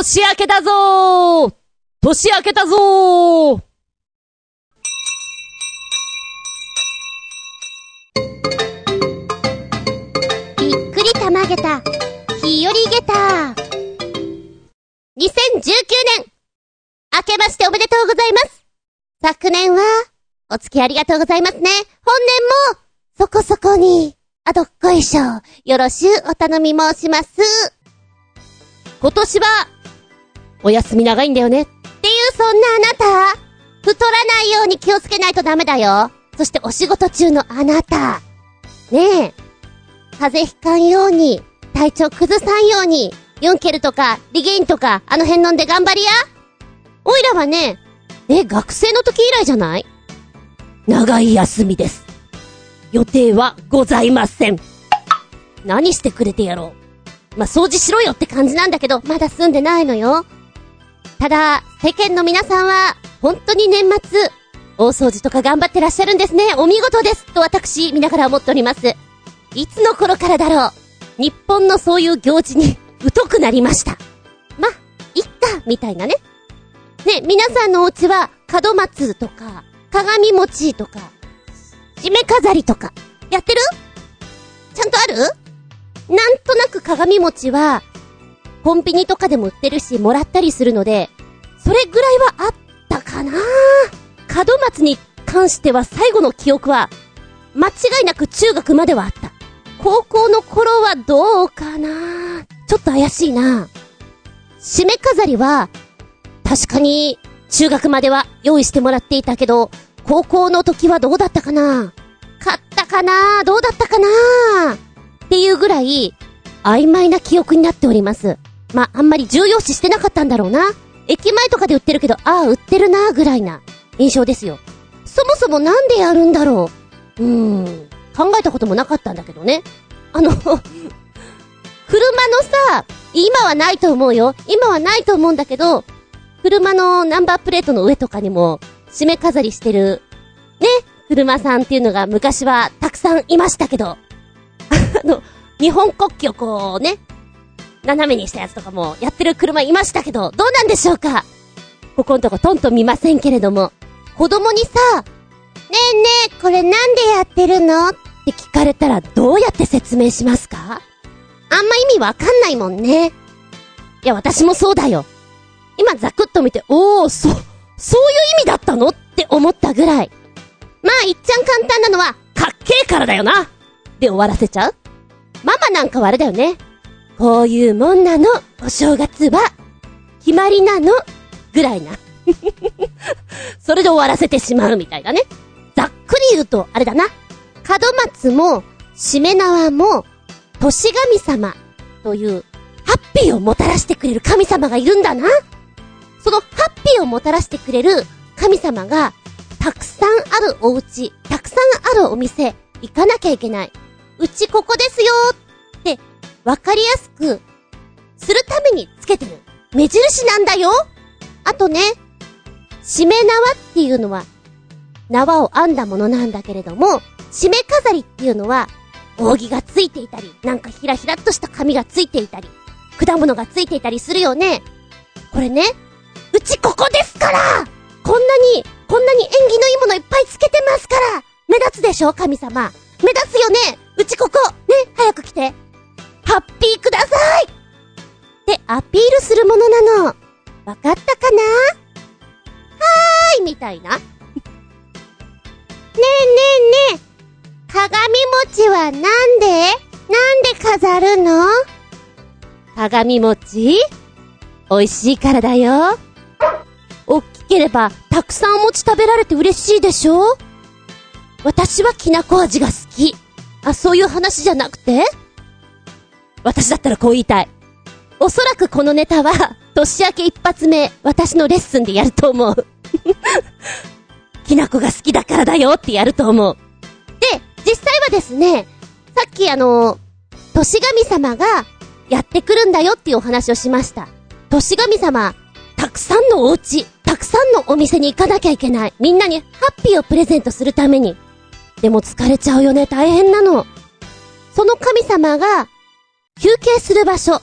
年明けだぞー、年明けたぞー。 びっくりたまげた日和げた。2019年明けましておめでとうございます。昨年はお付き合いありがとうございますね。本年もそこそこにあどっこいしょよろしゅうお頼み申します。 今年はお休み長いんだよねっていう、 そんなあなた、太らないように気をつけないとダメだよ。そしてお仕事中のあなたねえ、風邪ひかんように、体調崩さんように、ユンケルとかリゲインとかあの辺飲んで頑張りや。おいらはね、学生の時以来じゃない？ 長い休みです。予定はございません。 何してくれてやろう。掃除しろよって感じなんだけど、まだ済んでないのよ。ただ、世間の皆さんは、本当に年末、大掃除とか頑張ってらっしゃるんですね。お見事です。と私、見ながら思っております。いつの頃からだろう。日本のそういう行事に、疎くなりました。いっか、みたいなね。ね、皆さんのお家は、門松とか、鏡餅とか、締め飾りとか、やってる？ちゃんとある？なんとなく鏡餅は、コンビニとかでも売ってるし、もらったりするので、それぐらいはあったかな。門松に関しては最後の記憶は、間違いなく中学まではあった。高校の頃はどうかな。ちょっと怪しいな。締め飾りは、確かに中学までは用意してもらっていたけど、高校の時はどうだったかな。買ったかな、どうだったかなっていうぐらい曖昧な記憶になっております。あんまり重要視してなかったんだろうな。駅前とかで売ってるけど、売ってるなぐらいな印象ですよ。そもそもなんでやるんだろう。考えたこともなかったんだけどね。車のさ、今はないと思うよ。今はないと思うんだけど、車のナンバープレートの上とかにも締め飾りしてるね、車さんっていうのが昔はたくさんいましたけど、日本国旗をこうね、斜めにしたやつとかもやってる車いましたけど、どうなんでしょうか。ここのとこトントン見ませんけれども、子供にさ、ねえねえ、これなんでやってるのって聞かれたらどうやって説明しますか？あんま意味わかんないもんね。いや、私もそうだよ。今ザクッと見て、そういう意味だったのって思ったぐらい。いっちゃん簡単なのは、 かっけえからだよなで終わらせちゃう？ママなんかはあれだよね。こういうもんなの、お正月は、決まりなの、ぐらいな。それで終わらせてしまうみたいなね。ざっくり言うと、あれだな。門松も、しめ縄も、年神様という、ハッピーをもたらしてくれる神様がいるんだな。そのハッピーをもたらしてくれる神様が、たくさんあるお家、たくさんあるお店、行かなきゃいけない。うちここですよって、わかりやすく、するためにつけてる。目印なんだよ。あとね、締め縄っていうのは、縄を編んだものなんだけれども、締め飾りっていうのは、扇がついていたり、なんかひらひらっとした紙がついていたり、果物がついていたりするよね。これね、うちここですから、こんなに縁起のいいものいっぱいつけてますから、目立つでしょ神様。目立つよね。うちここね、早く来て。ハッピーくださいってアピールするものなの。わかったかな？はーいみたいな。ねえねえねえ、鏡餅はなんで飾るの？鏡餅？美味しいからだよ。大きければたくさんお餅食べられて嬉しいでしょ？私はきなこ味が好き。そういう話じゃなくて？私だったらこう言いたい。おそらくこのネタは年明け一発目、私のレッスンでやると思う。きなこが好きだからだよってやると思う。で、実際はですね、さっき年神様がやってくるんだよっていうお話をしました。年神様、たくさんのお家、たくさんのお店に行かなきゃいけない。みんなにハッピーをプレゼントするために。でも疲れちゃうよね、大変なの。その神様が休憩する場所、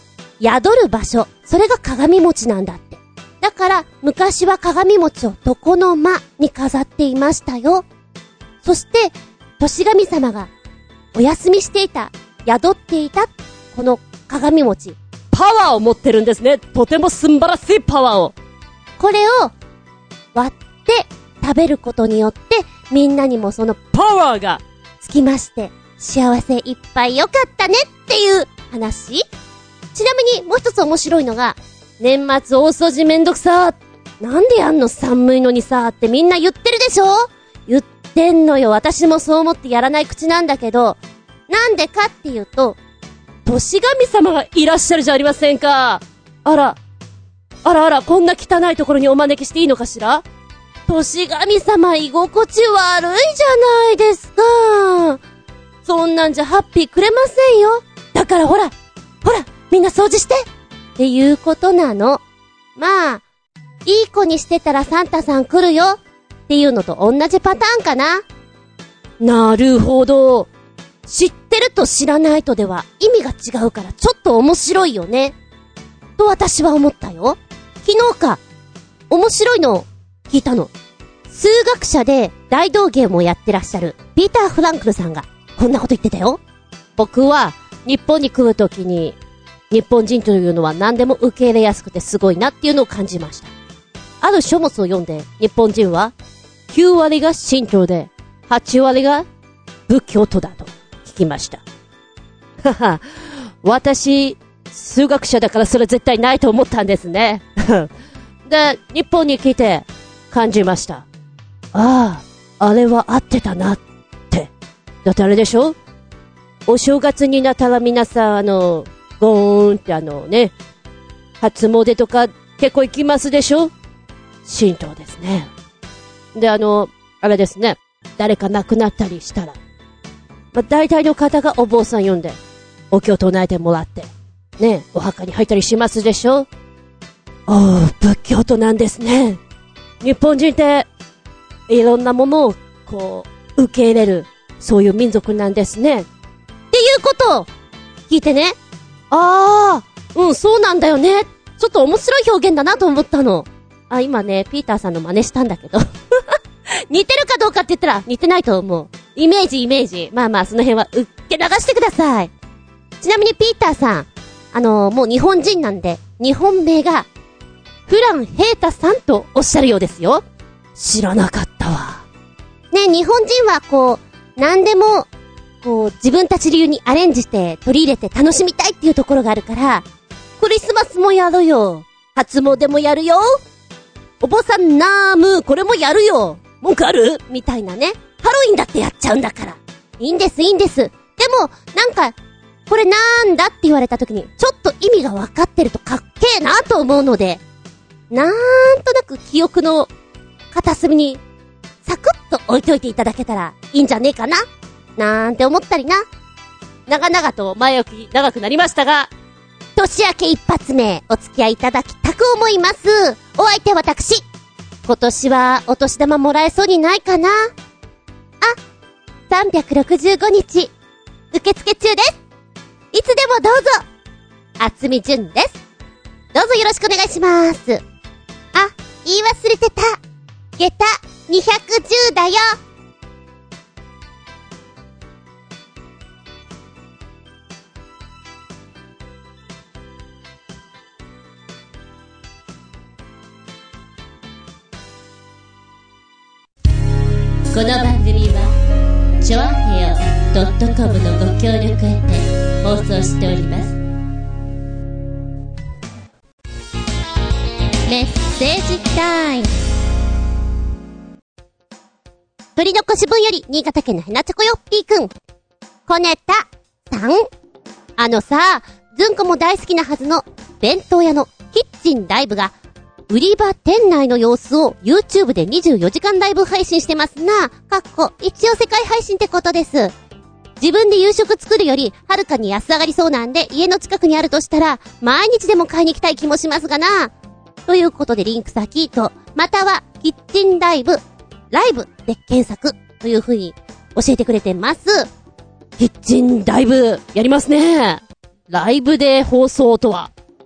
宿る場所、それが鏡餅なんだって。だから昔は鏡餅を床の間に飾っていましたよ。そして年神様がお休みしていた、宿っていたこの鏡餅、 パワーを持ってるんですね。とても素晴らしいパワーを。 これを割って食べることによってみんなにもそのパワーがつきまして幸せいっぱいよかったねっていう話。ちなみにもう一つ面白いのが、年末大掃除めんどくさー、なんでやんの寒いのにさーってみんな言ってるでしょ。言ってんのよ。私もそう思ってやらない口なんだけど、なんでかっていうと、 年神様がいらっしゃるじゃありませんか。あらこんな汚いところにお招きしていいのかしら。 年神様居心地悪いじゃないですか。そんなんじゃハッピーくれませんよ。だからほらみんな掃除してっていうことなの。まあいい子にしてたらサンタさん来るよっていうのと同じパターンかな。 なるほど。 知ってると知らないとでは意味が違うからちょっと面白いよねと私は思ったよ。昨日か面白いのを聞いたの。数学者で大道芸もやってらっしゃるピーター・フランクルさんがこんなこと言ってたよ。 僕は日本に来るときに日本人というのは何でも受け入れやすくてすごいなっていうのを感じました。ある書物を読んで、日本人は9割が神道で8割が仏教徒だと聞きました。はは、私数学者だからそれ絶対ないと思ったんですね。で、日本に来て感じました。あれは合ってたなって。だってあれでしょ、お正月になったら皆さんゴーンってね、初詣とか結構行きますでしょ。神道ですね。であれですね、誰か亡くなったりしたら、大体の方がお坊さん呼んでお経を唱えてもらってね、お墓に入ったりしますでしょ。仏教徒なんですね。日本人っていろんなものをこう受け入れる、そういう民族なんですねっていうことを聞いてね、そうなんだよね。ちょっと面白い表現だなと思ったの。今ねピーターさんの真似したんだけど似てるかどうかって言ったら似てないと思う。イメージ。まあその辺は受け流してください。ちなみにピーターさん、もう日本人なんで、日本名がフランヘータさんとおっしゃるようですよ。 知らなかったわ。 ね、日本人はこう何でもこう自分たち流にアレンジして取り入れて楽しみたいっていうところがあるから、クリスマスもやるよ、初詣もやるよ、お坊さんナームこれもやるよ、文句あるみたいなね。ハロウィンだってやっちゃうんだから。いいんです。でもなんかこれなんだって言われた時にちょっと意味が分かってるとかっけえなと思うので、なんとなく記憶の片隅にサクッと置いといていただけたらいいんじゃねえかななんて思ったりな。 長々と前置き長くなりましたが、 年明け一発目お付き合いいただきたく思います。お相手私、今年はお年玉もらえそうにないかな。365日受付中です。いつでもどうぞ。あつみじゅんです。どうぞよろしくお願いします。言い忘れてた。下駄210だよ。 この番組はちょあへよ .com のご協力へて放送しております。メッセージタイム。 取り残し分より新潟県のヘナチョコヨッピーくん、コネタさん。ずんこも大好きなはずの弁当屋のキッチンライブが売り場店内の様子を YouTube で24時間ライブ配信してますな。一応世界配信ってことです。自分で夕食作るよりはるかに安上がりそうなんで、家の近くにあるとしたら毎日でも買いに行きたい気もしますがな。ということでリンク先と、またはキッチンライブで検索という風に教えてくれてます。 キッチンライブやりますね。ライブで放送とは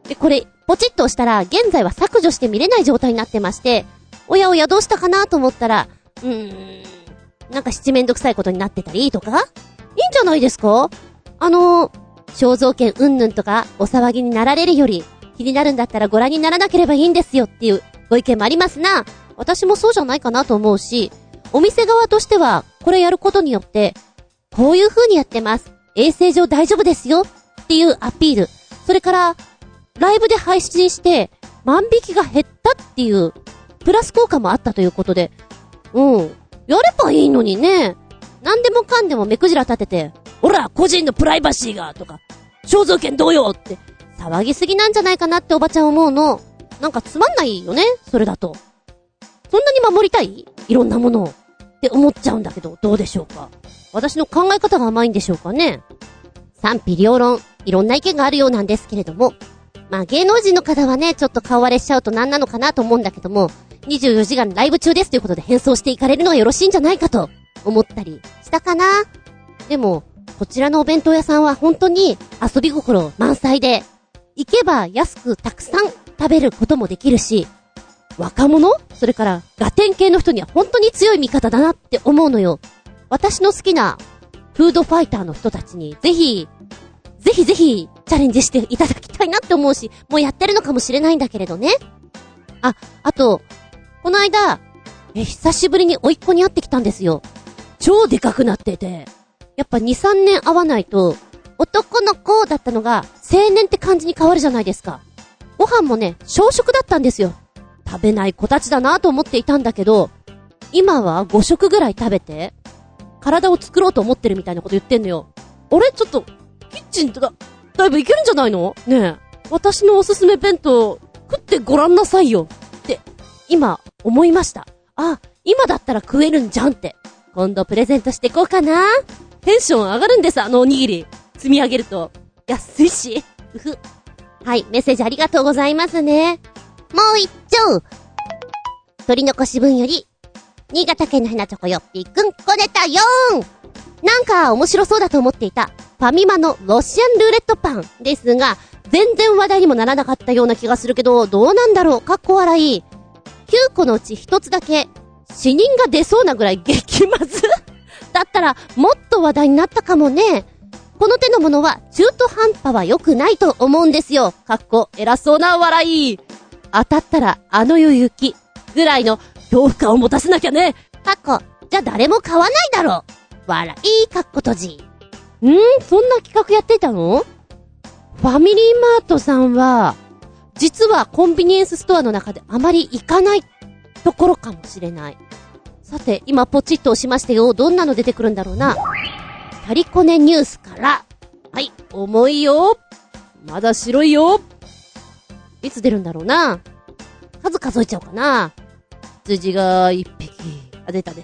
で、これ、ポチッと押したら、現在は削除して見れない状態になってまして、おやおやどうしたかなと思ったら、なんか七面倒くさいことになってたりとか、いいんじゃないですか？肖像権うんぬんとかお騒ぎになられるより、気になるんだったらご覧にならなければいいんですよっていうご意見もありますな。私もそうじゃないかなと思うし、お店側としては、これやることによって、こういう風にやってます。衛生上大丈夫ですよっていうアピール。それから、ライブで配信して、万引きが減ったっていう、プラス効果もあったということで、やればいいのにね。何でもかんでも目くじら立てて、ほら、個人のプライバシーが、とか、肖像権どうよって、騒ぎすぎなんじゃないかなっておばちゃん思うの。なんかつまんないよね、それだと。そんなに守りたい？いろんなものを。って思っちゃうんだけど、どうでしょうか。私の考え方が甘いんでしょうかね。賛否両論、いろんな意見があるようなんですけれども。まあ芸能人の方はね、ちょっと顔割れしちゃうと何なのかなと思うんだけども、24時間ライブ中ですということで変装していかれるのがよろしいんじゃないかと思ったりしたかな。でも、こちらのお弁当屋さんは本当に遊び心満載で、行けば安くたくさん食べることもできるし、若者？それからラテン系の人には本当に強い味方だなって思うのよ。私の好きなフードファイターの人たちにぜひチャレンジしていただきたいなって思うし、もうやってるのかもしれないんだけれどね。あと、この間、久しぶりに甥っ子に会ってきたんですよ。超でかくなってて。やっぱ2、3年会わないと、男の子だったのが青年って感じに変わるじゃないですか。ご飯もね、小食だったんですよ。食べない子たちだなと思っていたんだけど、今は5食ぐらい食べて、体を作ろうと思ってるみたいなこと言ってんのよ。あれちょっと、キッチンとか、だいぶいけるんじゃないの？ねえ。私のおすすめ弁当、食ってごらんなさいよ。って、今、思いました。今だったら食えるんじゃんって。今度プレゼントしていこうかな。テンション上がるんです、おにぎり。積み上げると。安いし。はい、メッセージありがとうございますね。もう一丁。取り残し分より、新潟県のひなちょこよっぴーくん、こねたよーん。なんか面白そうだと思っていた、ファミマのロシアンルーレットパンですが、全然話題にもならなかったような気がするけど、どうなんだろう、かっこ笑い。9個のうち1つだけ、死人が出そうなぐらい激まずだったら、もっと話題になったかもね。この手のものは、中途半端は良くないと思うんですよ。かっこ、偉そうな笑い。当たったら、世行き。ぐらいの、恐怖感を持たせなきゃね。かっこ、じゃ誰も買わないだろう。笑い、かっこ閉じ。そんな企画やってたの？ファミリーマートさんは、実はコンビニエンスストアの中であまり行かないところかもしれない。さて、今ポチッと押しましたよ。どんなの出てくるんだろうな。タリコネニュースから。はい、重いよ。まだ白いよ。いつ出るんだろうな。数数えちゃおうかな。羊が1匹。出た。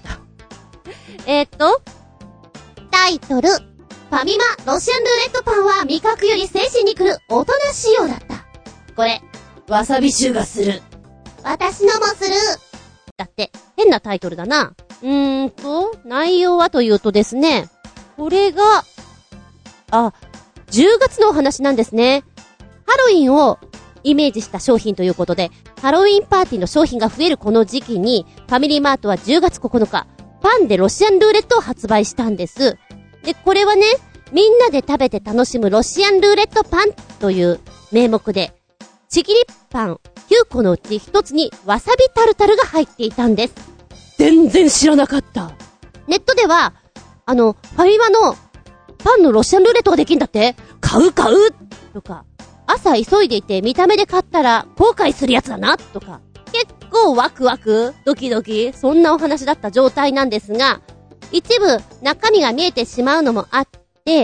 タイトル。ファミマロシアンルーレットパンは味覚より精神に来る大人仕様だった。これ、わさび臭がする。私のもする。だって、変なタイトルだな。内容はというとですね、これが、10月のお話なんですね。ハロウィンをイメージした商品ということで、ハロウィンパーティーの商品が増えるこの時期に、ファミリーマートは10月9日、パンでロシアンルーレットを発売したんです。で、これはね、みんなで食べて楽しむロシアンルーレットパンという名目で、ちぎりパン9個のうち1つにわさびタルタルが入っていたんです。全然知らなかった。ネットでは、ファミマのパンのロシアンルーレットができんだって？買うとか、朝急いでいて見た目で買ったら後悔するやつだなとか、結構ワクワク、ドキドキ、そんなお話だった状態なんですが、一部中身が見えてしまうのもあって、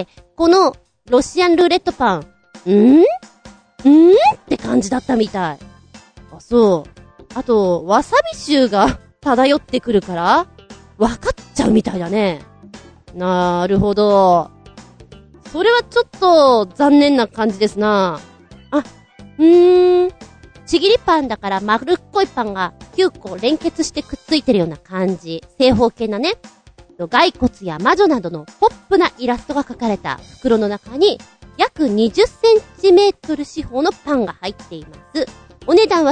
このロシアンルーレットパン、って感じだったみたい。そう。あと、わさび臭が漂ってくるから、わかっちゃうみたいだね。なるほど。それはちょっと残念な感じですな。ちぎりパンだから丸っこいパンが9個連結してくっついてるような感じ。正方形なね。骸骨や魔女などのポップなイラストが描かれた袋の中に約20セン 1メートル四方のパンが入っています。お値段は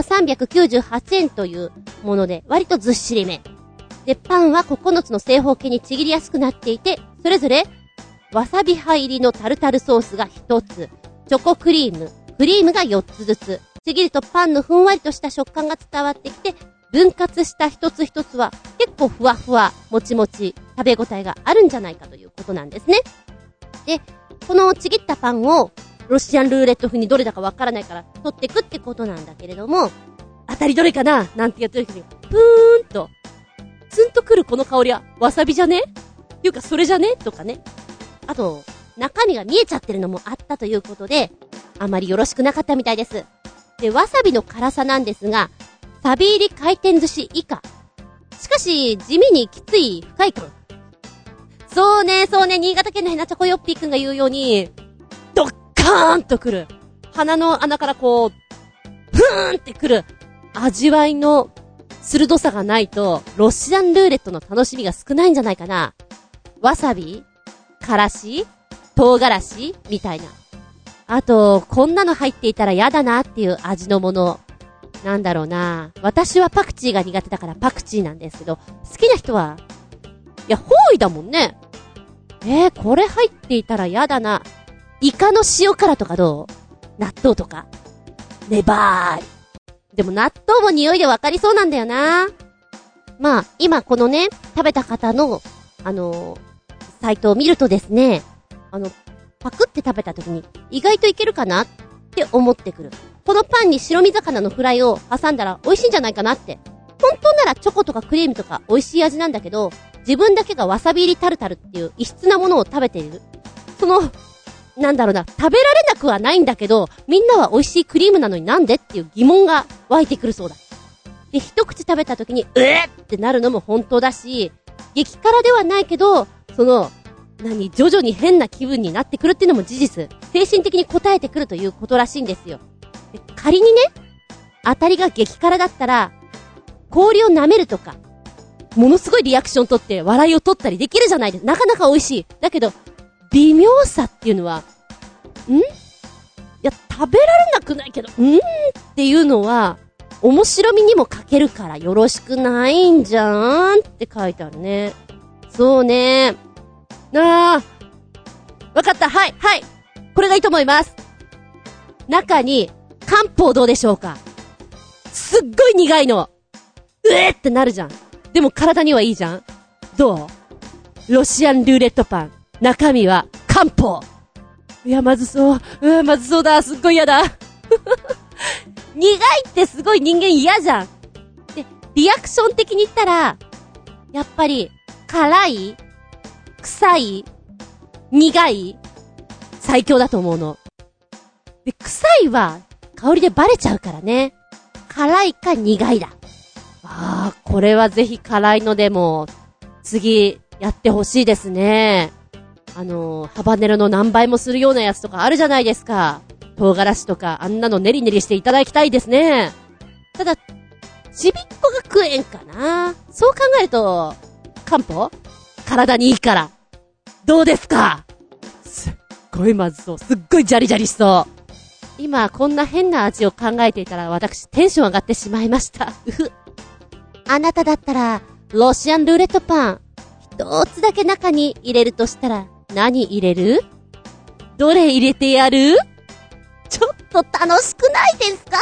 398円というもので、割とずっしりめ。で、パンは9つの正方形にちぎりやすくなっていて、それぞれ、わさび葉入りのタルタルソースが1つ、チョコクリームが4つずつ、ちぎるとパンのふんわりとした食感が伝わってきて、分割した一つ一つは結構ふわふわ、もちもち、食べ応えがあるんじゃないかということなんですね。で、このちぎったパンをロシアンルーレット風にどれだかわからないから取ってくってことなんだけれども、当たりどれかななんてやってる時に、プーンと、ツンとくるこの香りはわさびじゃねいうかそれじゃねとかね。あと、中身が見えちゃってるのもあったということで、あまりよろしくなかったみたいです。で、わさびの辛さなんですが、サビ入り回転寿司以下。しかし、地味にきつい不快感。そうね、新潟県のヘナチョコヨッピーくんが言うように、ドッカーンとくる。鼻の穴からこう、ふーんってくる。味わいの鋭さがないと、ロシアンルーレットの楽しみが少ないんじゃないかな。わさびからし唐辛子みたいな。あと、こんなの入っていたら嫌だなっていう味のもの。なんだろうな。私はパクチーが苦手だからパクチーなんですけど、好きな人は、いや、方位だもんね。これ入っていたら嫌だな。イカの塩辛とかどう？納豆とか。ねばーい。でも納豆も匂いでわかりそうなんだよな。まあ、今このね、食べた方の、サイトを見るとですね、パクって食べた時に意外といけるかなって思ってくる。このパンに白身魚のフライを挟んだら美味しいんじゃないかなって。本当ならチョコとかクリームとか美味しい味なんだけど、自分だけがわさび入りタルタルっていう異質なものを食べている。なんだろうな、食べられなくはないんだけど、みんなは美味しいクリームなのになんでっていう疑問が湧いてくるそうだ。で、一口食べた時に、ってなるのも本当だし、激辛ではないけど、徐々に変な気分になってくるっていうのも事実。精神的に応えてくるということらしいんですよ。で、仮にね、当たりが激辛だったら、氷を舐めるとか、ものすごいリアクション取って笑いを取ったりできるじゃないですか。なかなか美味しい。だけど、微妙さっていうのは、いや、食べられなくないけど、っていうのは、面白みにも欠けるからよろしくないんじゃーんって書いてあるね。そうね。わかった。はい。これがいいと思います。中に、漢方どうでしょうか？すっごい苦いの。ってなるじゃん。でも体にはいいじゃん。どう？ロシアンルーレットパン。中身は漢方。いや、まずそうだ。すっごい嫌だ。苦いってすごい人間嫌じゃん。で、リアクション的に言ったら、やっぱり、辛い？臭い？苦い？最強だと思うの。で、臭いは、香りでバレちゃうからね。辛いか苦いだ。これはぜひ辛いのでも、次、やってほしいですね。ハバネロの何倍もするようなやつとかあるじゃないですか。唐辛子とか、あんなの練り練りしていただきたいですね。ただ、ちびっこが食えんかな。そう考えると、漢方？体にいいから。どうですか？すっごいまずそう。すっごいジャリジャリしそう。今、こんな変な味を考えていたら、私、テンション上がってしまいました。あなただったら、ロシアンルーレットパン、一つだけ中に入れるとしたら、何入れる？どれ入れてやる？ちょっと楽しくないですか？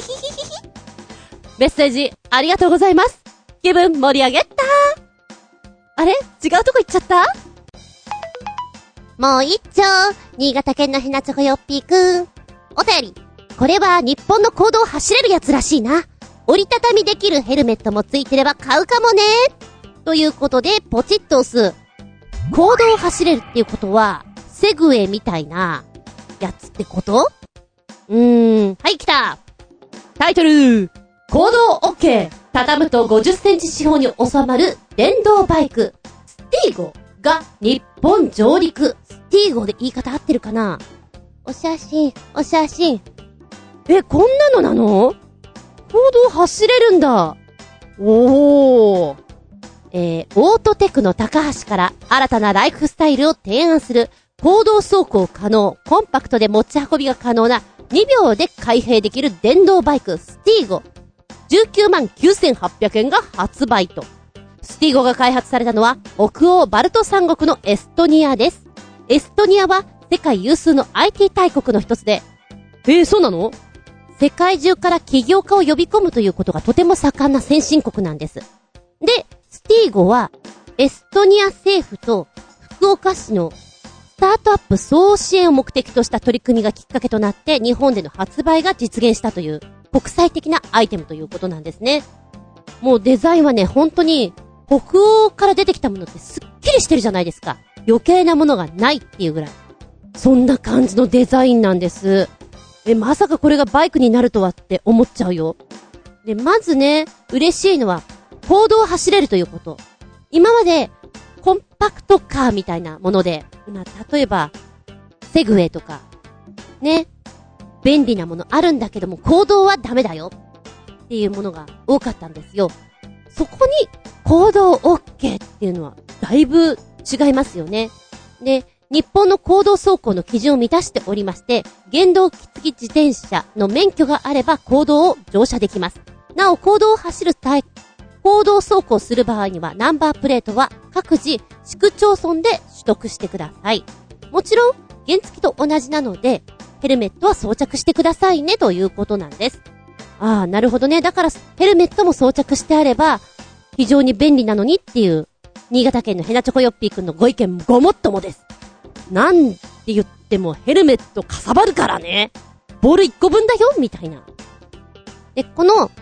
メッセージ、ありがとうございます。気分盛り上げた。あれ？違うとこ行っちゃった？もう一丁、新潟県のヘナチョコヨッピーくん。お便り。これは日本の公道を走れるやつらしいな。折りたたみできるヘルメットもついてれば買うかもね。ということで、ポチッと押す。公道を走れるっていうことは、セグウェイみたいな、やつってこと？はい、来た。タイトル。公道 OK。畳むと50センチ四方に収まる電動バイク。スティーゴが日本上陸。スティーゴで言い方合ってるかな？お写真。こんなのなの？公道走れるんだ。オートテクの高橋から新たなライフスタイルを提案する公道走行可能、コンパクトで持ち運びが可能な2秒で開閉できる電動バイクスティーゴ。199,800円が発売と。スティーゴが開発されたのは北欧バルト三国のエストニアです。エストニアは世界有数の IT 大国の一つで、そうなの？世界中から起業家を呼び込むということがとても盛んな先進国なんです。で、スティーゴはエストニア政府と福岡市のスタートアップ総支援を目的とした取り組みがきっかけとなって日本での発売が実現したという国際的なアイテムということなんですね。もうデザインはね、本当に北欧から出てきたものってすっきりしてるじゃないですか。余計なものがないっていうぐらい。そんな感じのデザインなんです。まさかこれがバイクになるとはって思っちゃうよ。で、まずね、嬉しいのは公道を走れるということ。今までコンパクトカーみたいなもので、例えばセグウェイとかね、便利なものあるんだけども公道はダメだよっていうものが多かったんですよ。そこに公道 OK っていうのはだいぶ違いますよね。で、日本の公道走行の基準を満たしておりまして、原動機付き自転車の免許があれば公道を乗車できます。なお、公道を走る公道走行する場合にはナンバープレートは各自市区町村で取得してください。もちろん原付と同じなのでヘルメットは装着してくださいねということなんです。ああ、なるほどね。だからヘルメットも装着してあれば非常に便利なのにっていう新潟県のヘナチョコヨッピーくんのご意見ごもっともです。なんて言ってもヘルメットかさばるからね。ボール1個分だよみたいな。で、この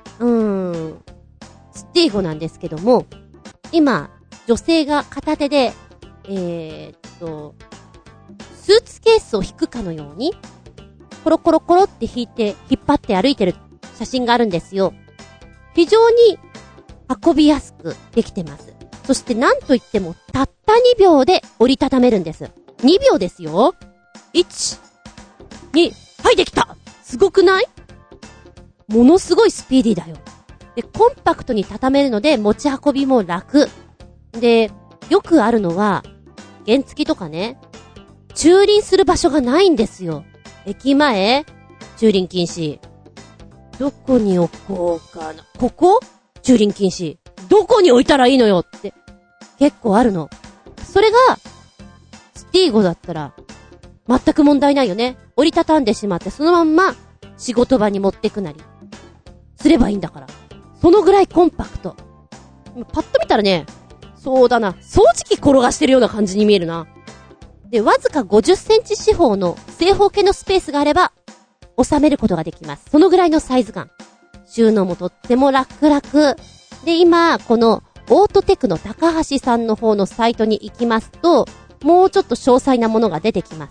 スティーゴなんですけども、今女性が片手でスーツケースを引くかのようにコロコロコロって引っ張って歩いてる写真があるんですよ。非常に運びやすくできてます。そしてなんといってもたった2秒で折りたためるんです。2秒ですよ。1、2、はい、できた。すごくない？ものすごいスピーディーだよ。で、コンパクトに畳めるので持ち運びも楽。で、よくあるのは原付とかね、駐輪する場所がないんですよ。駅前、駐輪禁止。どこに置こうかな。ここ？駐輪禁止。どこに置いたらいいのよって結構あるの。それがスティーゴだったら全く問題ないよね。折りたたんでしまってそのまんま仕事場に持ってくなりすればいいんだから。そのぐらいコンパクト。パッと見たらね、そうだな、掃除機転がしてるような感じに見えるな。で、わずか50センチ四方の正方形のスペースがあれば収めることができます。そのぐらいのサイズ感。収納もとっても楽々。で、今、このオートテクの高橋さんの方のサイトに行きますと、もうちょっと詳細なものが出てきます。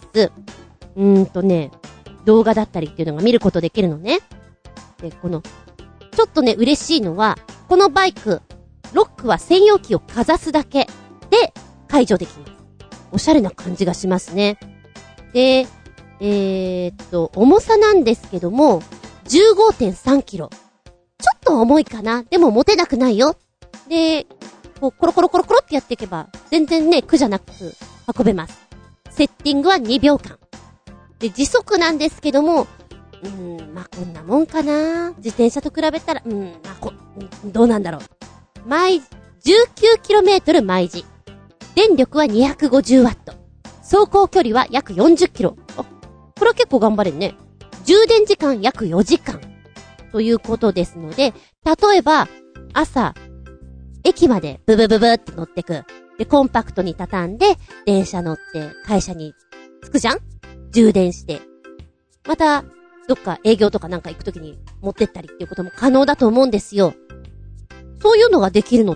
動画だったりっていうのが見ることできるのね。で、ちょっとね、嬉しいのは、このバイク、ロックは専用キーをかざすだけで解除できます。おしゃれな感じがしますね。で、重さなんですけども、15.3 キロ。ちょっと重いかな。でも持てなくないよ。で、コロコロコロコロってやっていけば、全然ね、苦じゃなく運べます。セッティングは2秒間。で、時速なんですけども、こんなもんかな。自転車と比べたら、どうなんだろう。19km 毎時。電力は250ワット。走行距離は約40キロ。これは結構頑張れるね。充電時間約4時間。ということですので、例えば、朝、駅までブブブブって乗ってく。で、コンパクトに畳んで、電車乗って会社に着くじゃん？充電して。また、どっか営業とかなんか行くときに持ってったりっていうことも可能だと思うんですよ。そういうのができるのって、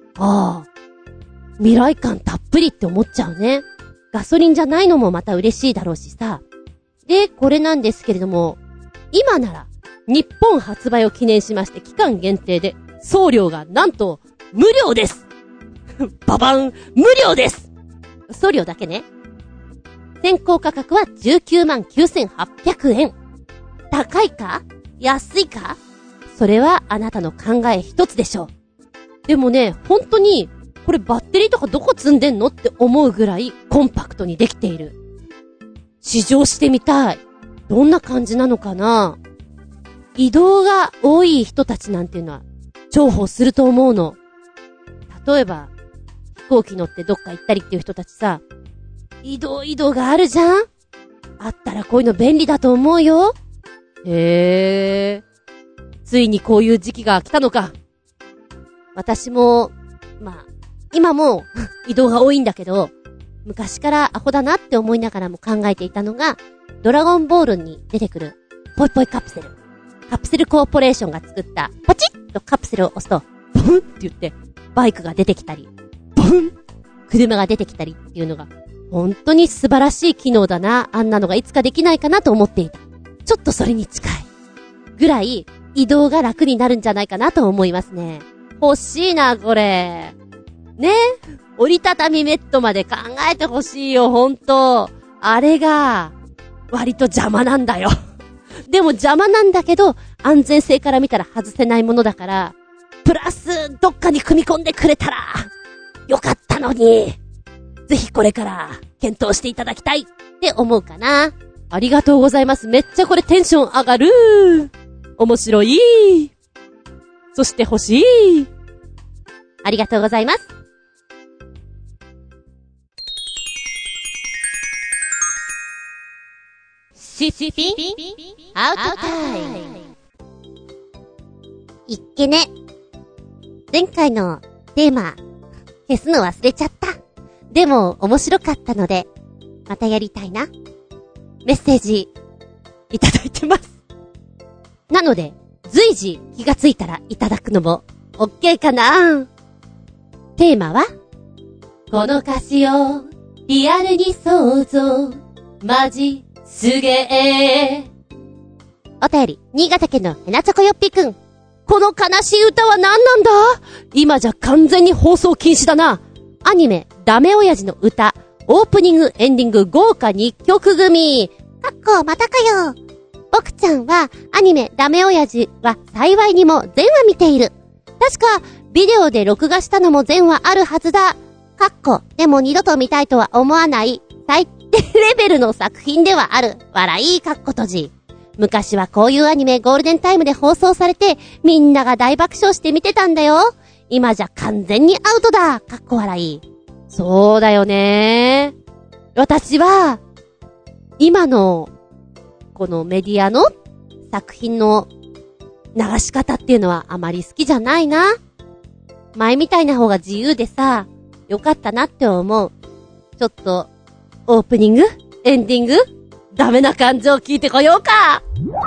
未来感たっぷりって思っちゃうね。ガソリンじゃないのもまた嬉しいだろうしさ。で、これなんですけれども、今なら、日本発売を記念しまして期間限定で送料がなんと無料ですババン無料です。送料だけね。先行価格は199,800円。高いか安いかそれはあなたの考え一つでしょう。でもね、本当にこれバッテリーとかどこ積んでんのって思うぐらいコンパクトにできている。試乗してみたい。どんな感じなのかな。移動が多い人たちなんていうのは重宝すると思うの。例えば飛行機乗ってどっか行ったりっていう人たちさ、移動があるじゃん。あったらこういうの便利だと思うよ。へー。ついにこういう時期が来たのか。私も、今も移動が多いんだけど、昔からアホだなって思いながらも考えていたのが、ドラゴンボールに出てくるポイポイカプセル。カプセルコーポレーションが作ったポチッとカプセルを押すと、ボンって言ってバイクが出てきたり、ボン車が出てきたりっていうのが本当に素晴らしい機能だな。あんなのがいつかできないかなと思っていた。ちょっとそれに近いぐらい移動が楽になるんじゃないかなと思いますね。欲しいなこれね。折りたたみメットまで考えてほしいよ。ほんとあれが割と邪魔なんだよでも邪魔なんだけど安全性から見たら外せないものだから、プラスどっかに組み込んでくれたらよかったのに、ぜひこれから検討していただきたいって思うかな。ありがとうございます。めっちゃこれテンション上がる。面白い。そして欲しい。ありがとうございます。 シッピンアウトタイム。 いっけね。前回のテーマ消すの忘れちゃった。でも面白かったのでまたやりたいな。メッセージいただいてます。なので随時気がついたらいただくのも OK かな。テーマはこの歌詞をリアルに想像マジすげえ。 お便り新潟県のヘナチョコヨッピーくん。 この悲しい歌は何なんだ。今じゃ完全に放送禁止だな。アニメダメ親父の歌、オープニングエンディング豪華2曲組。 またかよ。僕ちゃんはアニメダメ親父は幸いにも全話見ている。確かビデオで録画したのも全話あるはずだ。でも二度と見たいとは思わない最低レベルの作品ではある。笑い閉じ。昔はこういうアニメゴールデンタイムで放送されてみんなが大爆笑して見てたんだよ。今じゃ完全にアウトだ。笑い。 そうだよね。私は今のこのメディアの作品の流し方っていうのはあまり好きじゃないな。前みたいな方が自由でさ、よかったなって思う。ちょっとオープニングエンディングダメな感情を聞いてこようか。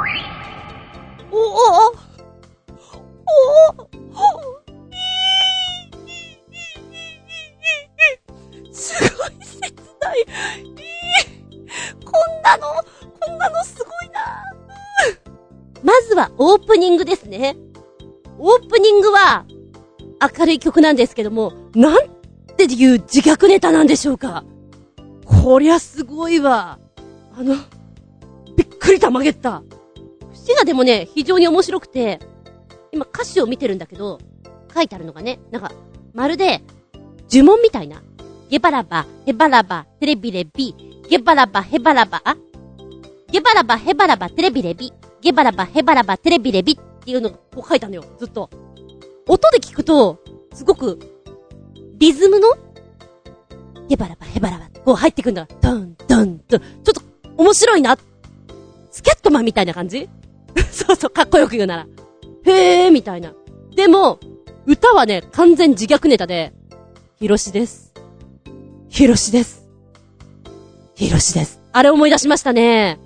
すごい切ない。こんなのすごいな。まずはオープニングですね。オープニングは明るい曲なんですけども、なんていう自虐ネタなんでしょうか。こりゃすごいわ。びっくりたまげった。節がでもね、非常に面白くて、今歌詞を見てるんだけど、書いてあるのがね、なんか、まるで、呪文みたいな。ゲバラバ、ヘバラバ、テレビレビ、ゲバラバ、ヘバラバ、ゲバラバ、ヘバラバ、テレビレビ、ゲバラバ、ヘバラバ、テレビレビっていうのがこう書いたのよ、ずっと。音で聞くと、すごく、リズムのゲバラバ、ヘバラバってこう入ってくんだ。ドン、ドン、ドン。ちょっと面白いな。スキャットマンみたいな感じそうそう、かっこよく言うなら。へーみたいな。でも、歌はね、完全自虐ネタで、ヒロシです。ヒロシです。ヒロシです。あれ思い出しましたね。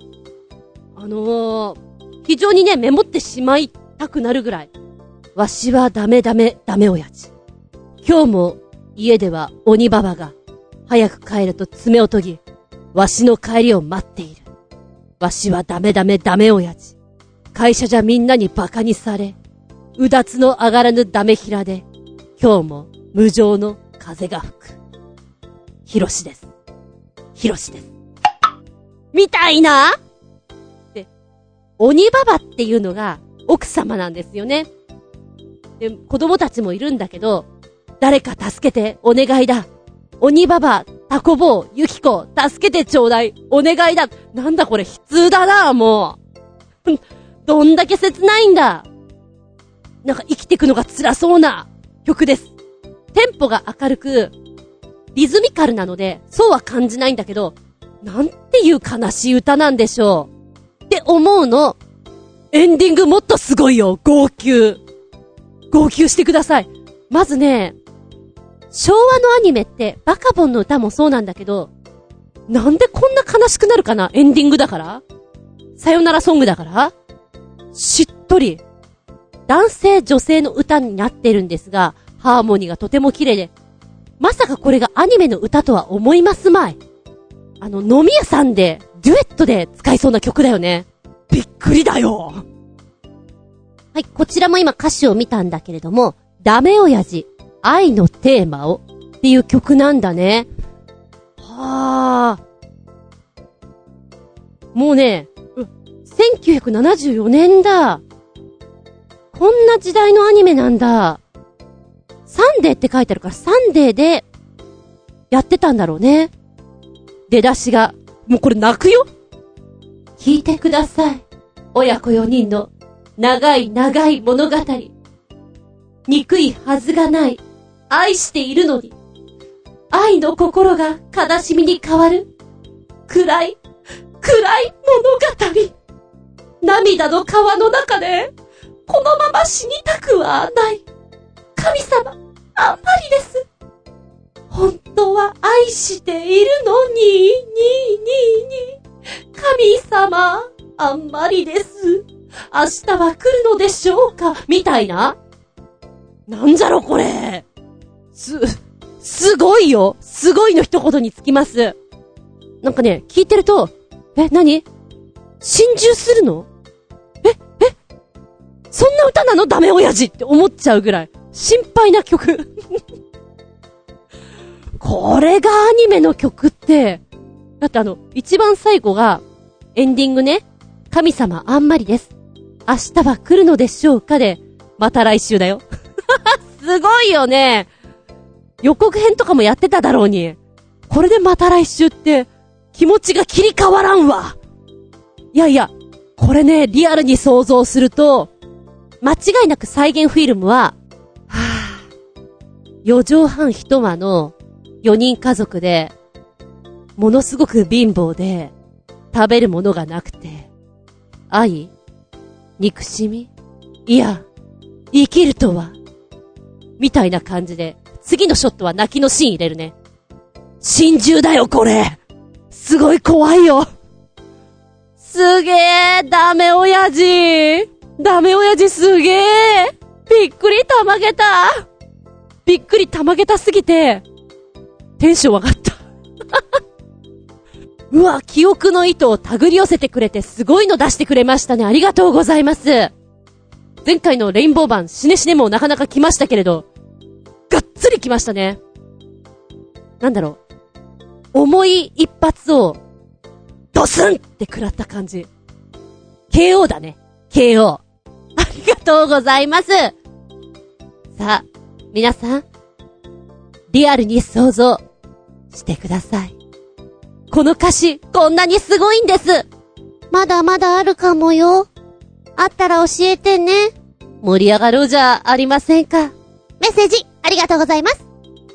非常にね、メモってしまいたくなるぐらい。わしはダメ親父。今日も家では鬼ババが早く帰ると爪を研ぎ、わしの帰りを待っている。わしはダメ親父。会社じゃみんなにバカにされ、うだつの上がらぬダメ平で、今日も無情の風が吹く。ヒロシです。ヒロシです。みたいなで、鬼ババっていうのが奥様なんですよね。で、子供たちもいるんだけど、 誰か助けて、お願いだ。鬼ババ、タコボウ、ユキコ、助けてちょうだい、お願いだ。なんだこれ、悲痛だな、もう。どんだけ切ないんだ。なんか生きてくのが辛そうな曲です。テンポが明るく、リズミカルなので、そうは感じないんだけど、なんていう悲しい歌なんでしょう。って思うの。エンディングもっとすごいよ、号泣。号泣してください。まずね、昭和のアニメって、バカボンの歌もそうなんだけど、なんでこんな悲しくなるかな？エンディングだから？さよならソングだから？しっとり。男性女性の歌になってるんですが、ハーモニーがとても綺麗で、まさかこれがアニメの歌とは思いますまい。飲み屋さんで、デュエットで使いそうな曲だよね。びっくりだよ。はい、こちらも今歌詞を見たんだけれども、ダメ親父、愛のテーマをっていう曲なんだね。はぁ。もうね、1974年だ。こんな時代のアニメなんだ。サンデーって書いてあるから、サンデーでやってたんだろうね。出だしが、もうこれ泣くよ。聞いてください。親子4人の長い長い物語。憎いはずがない。愛しているのに。愛の心が悲しみに変わる。暗い物語。涙の川の中で、このまま死にたくはない。神様、あんまりです。本当は愛しているのに、神様、あんまりです。明日は来るのでしょうかみたいな。なんじゃろこれ。すごいよ。すごいの一言につきます。なんかね、聞いてると、何？心中するの？そんな歌なの？ダメ親父って思っちゃうぐらい心配な曲。これがアニメの曲って、だって一番最後がエンディングね。神様あんまりです。明日は来るのでしょうかで、また来週だよ。すごいよね。予告編とかもやってただろうに。これでまた来週って気持ちが切り替わらんわ。いや、これね、リアルに想像すると、間違いなく再現フィルムは、4畳半一間の4人家族で、ものすごく貧乏で、食べるものがなくて、愛？憎しみ？いや、生きるとは、みたいな感じで、次のショットは泣きのシーン入れるね。心中だよこれ。すごい怖いよ。すげー、ダメ親父。ダメ親父すげー。びっくりたまげた。びっくりたまげたすぎて、テンション上がった。うわ、記憶の糸を手繰り寄せてくれてすごいの出してくれましたね。ありがとうございます。前回のレインボー版、シネシネもなかなか来ましたけれど、がっつり来ましたね。なんだろう。重い一発を、ドスンって食らった感じ。KO だね。KO。ありがとうございます。さあ、皆さん、リアルに想像してください。この歌詞、こんなにすごいんです。 まだまだあるかもよ。あったら教えてね。 盛り上がろうじゃありませんか。 メッセージ、ありがとうございます。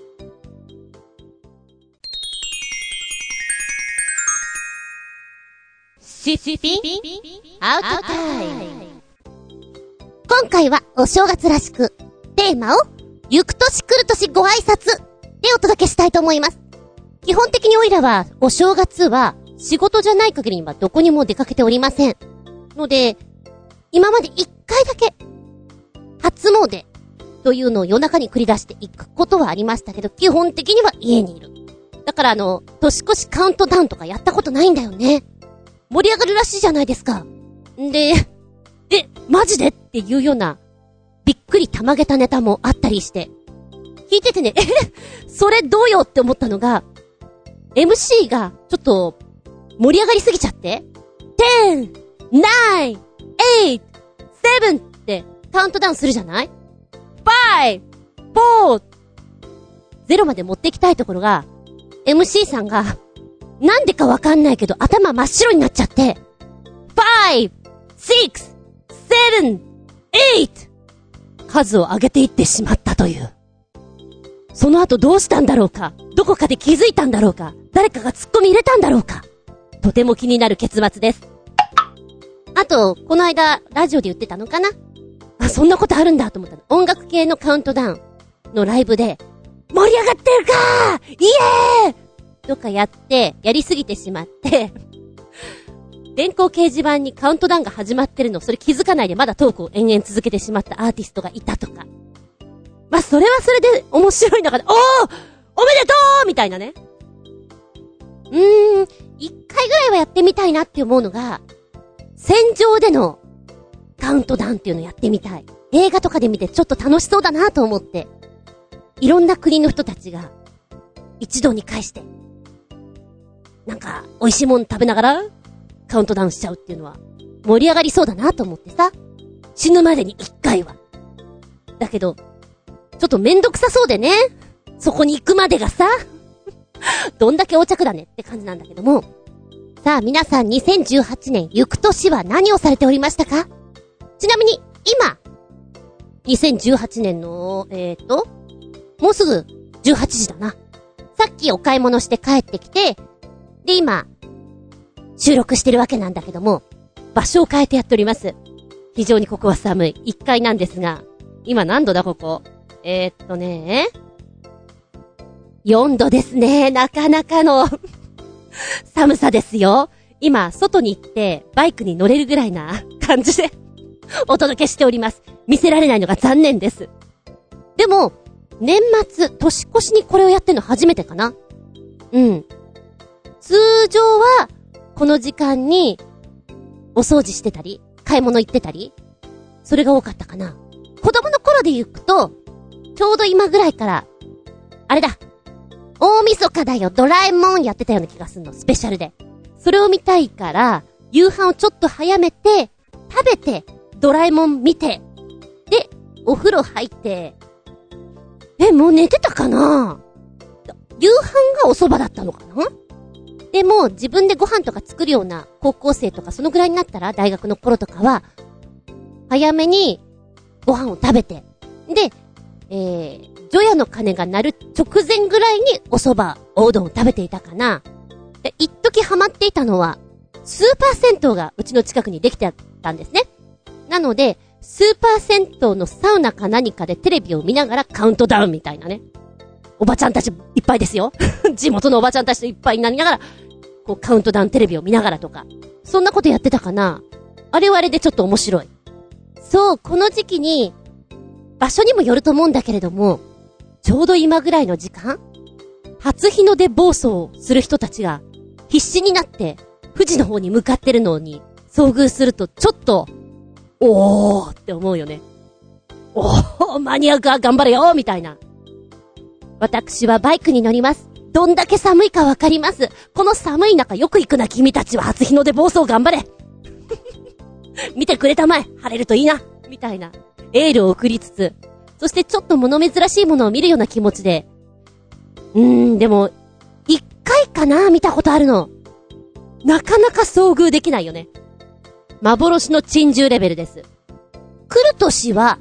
シッピアウトタイム。 今回はお正月らしく、テーマを、行く年来る年ご挨拶でお届けしたいと思います。基本的にオイラは、お正月は、仕事じゃない限りはどこにも出かけておりません。ので、今まで1回だけ、初詣というのを夜中に繰り出していくことはありましたけど、基本的には家にいる。だから年越しカウントダウンとかやったことないんだよね。盛り上がるらしいじゃないですか。で、マジでっていうような、びっくりたまげたネタもあったりして。聞いててね、それどうよって思ったのが、MC がちょっと盛り上がりすぎちゃって、10、9、8、7ってカウントダウンするじゃない？ 5、4、 0まで持っていきたいところが、MC さんが、なんでかわかんないけど頭真っ白になっちゃって、5、6、7、8数を上げていってしまったという。その後どうしたんだろうか、どこかで気づいたんだろうか、誰かが突っ込み入れたんだろうか、とても気になる結末です。あと、この間ラジオで言ってたのかな、あ、そんなことあるんだと思ったの。音楽系のカウントダウンのライブで、盛り上がってるかー、イエーとかやりすぎてしまって、電光掲示板にカウントダウンが始まってるの、それ気づかないでまだトークを延々続けてしまったアーティストがいたとか。まあ、それはそれで面白い中で、おめでとうみたいなね。一回ぐらいはやってみたいなって思うのが、戦場でのカウントダウンっていうのやってみたい。映画とかで見てちょっと楽しそうだなと思って、いろんな国の人たちが一堂に会して、なんか美味しいもの食べながらカウントダウンしちゃうっていうのは盛り上がりそうだなと思ってさ、死ぬまでに一回は。だけど、ちょっとめんどくさそうでね、そこに行くまでがさ、どんだけ横着だねって感じなんだけども。さあ皆さん、2018年行く年は何をされておりましたか？ちなみに今2018年のもうすぐ18時だな。さっきお買い物して帰ってきて、で今収録してるわけなんだけども、場所を変えてやっております。非常にここは寒い1階なんですが、今何度だここ。4度ですね。なかなかの寒さですよ。今外に行ってバイクに乗れるぐらいな感じでお届けしております。見せられないのが残念です。でも年末年越しにこれをやってるの初めてかな。通常はこの時間にお掃除してたり買い物行ってたり、それが多かったかな。子供の頃で行くとちょうど今ぐらいから、あれだ、大晦日だよドラえもんやってたような気がするの、スペシャルで。それを見たいから夕飯をちょっと早めて食べてドラえもん見て、でお風呂入って、もう寝てたかな。夕飯がお蕎麦だったのかな。でも自分でご飯とか作るような高校生とかそのぐらいになったら、大学の頃とかは早めにご飯を食べて、で除夜の鐘が鳴る直前ぐらいにお蕎麦、おうどんを食べていたかな。で、一時ハマっていたのはスーパー銭湯がうちの近くにできてたんですね。なのでスーパー銭湯のサウナか何かでテレビを見ながらカウントダウンみたいなね。おばちゃんたちいっぱいですよ。地元のおばちゃんたちといっぱいになりながら、こうカウントダウンテレビを見ながらとか、そんなことやってたかな。あれはあれでちょっと面白い。そう、この時期に場所にもよると思うんだけれども、ちょうど今ぐらいの時間、初日の出暴走をする人たちが必死になって富士の方に向かってるのに遭遇すると、ちょっとおーって思うよね。おー、マニアが頑張れよみたいな。私はバイクに乗ります。どんだけ寒いかわかります。この寒い中よく行くな君たちは。初日の出暴走頑張れ見てくれたまえ、晴れるといいなみたいなエールを送りつつ、そしてちょっと物珍しいものを見るような気持ちで、でも一回かな見たことあるの。なかなか遭遇できないよね。幻の珍獣レベルです。来る年は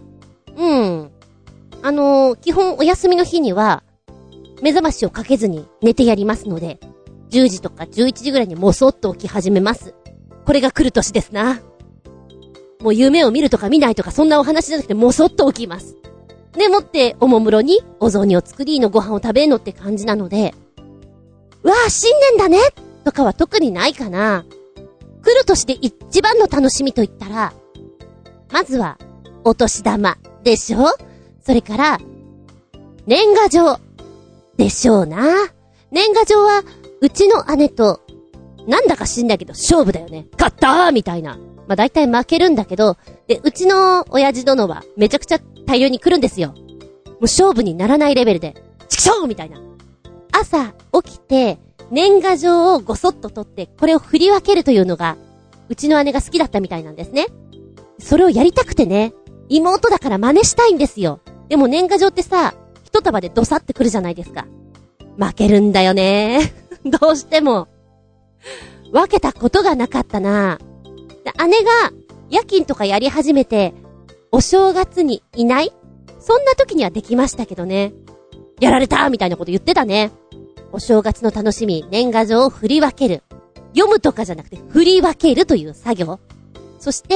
基本お休みの日には目覚ましをかけずに寝てやりますので、10時とか11時ぐらいにもそっと起き始めます。これが来る年ですな。もう夢を見るとか見ないとかそんなお話じゃなくて、もそっと起きます。でもっておもむろにお雑煮を作りのご飯を食べるのって感じなので、わあ新年だねとかは特にないかな。来る年で一番の楽しみと言ったら、まずはお年玉でしょ。それから年賀状でしょうな。年賀状はうちの姉となんだか知んないけど勝負だよね。勝ったーみたいな。まあ大体負けるんだけど、でうちの親父殿はめちゃくちゃ大量に来るんですよ。もう勝負にならないレベルでチキショーみたいな。朝起きて年賀状をごそっと取ってこれを振り分けるというのがうちの姉が好きだったみたいなんですね。それをやりたくてね、妹だから真似したいんですよ。でも年賀状ってさ、 一束でドサってくるじゃないですか。負けるんだよね。どうしても。分けたことがなかったな。姉が夜勤とかやり始めて、お正月にいない？そんな時にはできましたけどね。やられたみたいなこと言ってたね。お正月の楽しみ、年賀状を振り分ける。読むとかじゃなくて振り分けるという作業。そして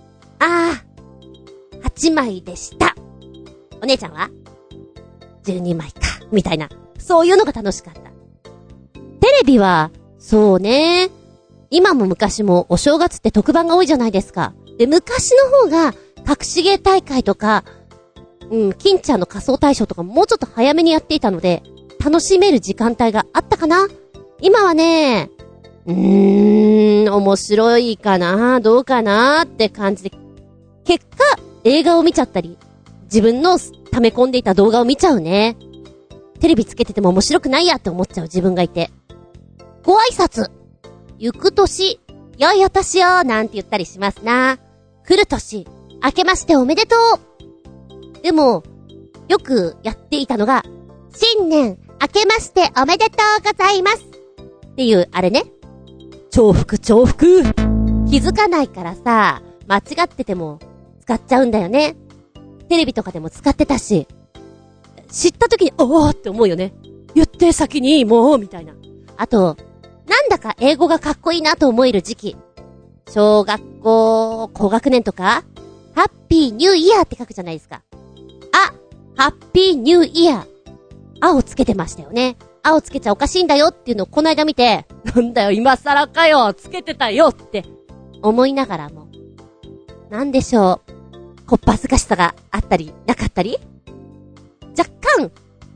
、8枚でした。お姉ちゃんは12枚か。みたいな。そういうのが楽しかった。テレビは、そうね。今も昔もお正月って特番が多いじゃないですか。で、昔の方が、隠し芸大会とか、金ちゃんの仮装大賞とかもうちょっと早めにやっていたので、楽しめる時間帯があったかな。今はね、面白いかなどうかなって感じで、結果、映画を見ちゃったり、自分の溜め込んでいた動画を見ちゃうね。テレビつけてても面白くないやって思っちゃう自分がいて。ご挨拶。行く年、良いお年をなんて言ったりしますな。来る年、明けましておめでとう。でも、よくやっていたのが、新年、明けましておめでとうございます。っていう、あれね。重複。気づかないからさ、間違ってても使っちゃうんだよね。テレビとかでも使ってたし、知った時に、おーって思うよね。言って先に、もう、みたいな。あと、なんだか英語がかっこいいなと思える時期。小学校、高学年とか、ハッピーニューイヤーって書くじゃないですか。ハッピーニューイヤー。をつけてましたよね。をつけちゃおかしいんだよっていうのをこの間見て、なんだよ今更かよ、つけてたよって思いながらも、なんでしょう、こっぱずかしさがあったりなかったり、若干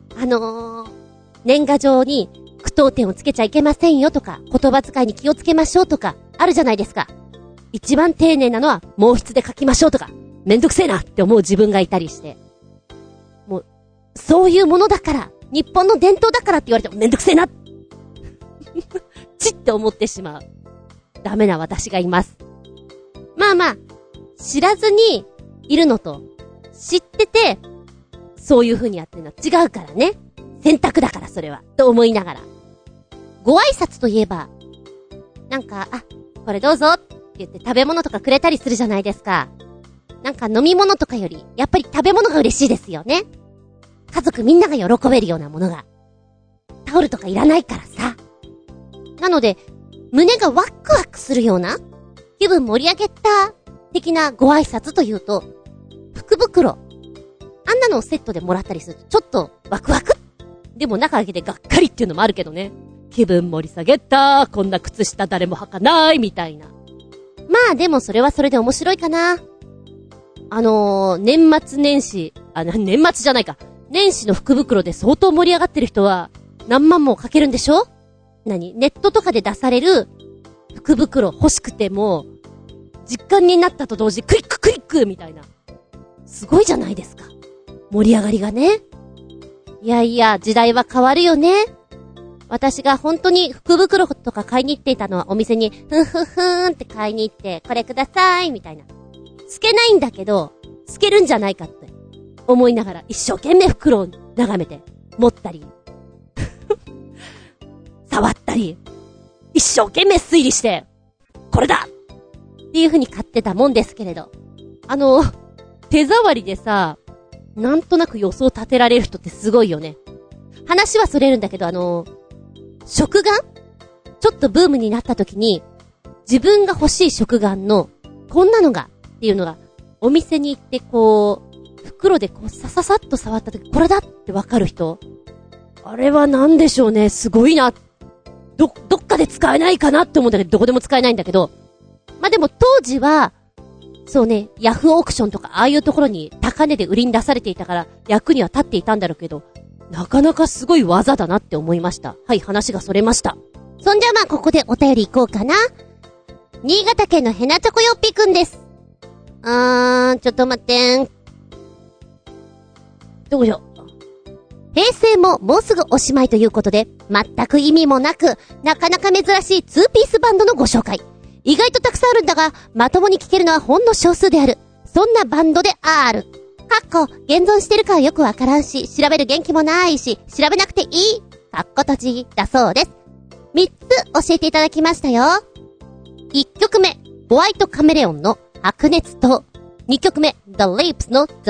年賀状に句読点をつけちゃいけませんよとか、言葉遣いに気をつけましょうとかあるじゃないですか。一番丁寧なのは毛筆で書きましょうとか、めんどくせえなって思う自分がいたりして、もうそういうものだから、日本の伝統だからって言われてもめんどくせえなちって思ってしまうダメな私がいます。まあまあ、知らずにいるのと知っててそういう風にやってるのは違うからね。選択だからそれはと思いながら、ご挨拶といえばなんか、これどうぞって言って食べ物とかくれたりするじゃないですか。なんか飲み物とかよりやっぱり食べ物が嬉しいですよね。家族みんなが喜べるようなものが。タオルとかいらないからさ。なので、胸がワクワクするような、気分盛り上げた的なご挨拶というと、福袋。あんなのをセットでもらったりすると、ちょっとワクワク。でも中だけでがっかりっていうのもあるけどね。気分盛り下げた、こんな靴下誰も履かない、みたいな。まあでもそれはそれで面白いかな。年末年始、年末じゃないか。年始の福袋で相当盛り上がってる人は何万もかけるんでしょ？ネットとかで出される福袋欲しくても実感になったと同時クイックみたいな。すごいじゃないですか。盛り上がりがね。いやいや、時代は変わるよね。私が本当に福袋とか買いに行っていたのはお店にふんって買いに行ってこれくださいみたいな。透けないんだけど透けるんじゃないかって思いながら一生懸命袋を眺めて持ったり触ったり一生懸命推理してこれだっていう風に買ってたもんですけれど、手触りでさ、なんとなく予想立てられる人ってすごいよね。話はそれるんだけど、食玩ちょっとブームになった時に自分が欲しい食玩のこんなのがっていうのがお店に行ってこう袋でこうさっと触った時これだってわかる人、あれはなんでしょうね。すごいな。どっかで使えないかなって思うんだけど、どこでも使えないんだけど、まあ、でも当時はそうね、ヤフーオークションとかああいうところに高値で売りに出されていたから役には立っていたんだろうけど、なかなかすごい技だなって思いました。はい、話がそれました。そんじゃまあここでお便り行こうかな。新潟県のヘナチョコヨッピくんです。ちょっと待ってん。どうよ。平成ももうすぐおしまいということで、全く意味もなく、なかなか珍しい2ピースバンドのご紹介。意外とたくさんあるんだが、まともに聴けるのはほんの少数である。そんなバンドである。 現存してるかはよくわからんし、調べる元気もないし、調べなくていい閉じだそうです。3つ教えていただきましたよ。1曲目、ホワイトカメレオンの白熱灯。2曲目、The Leaps の The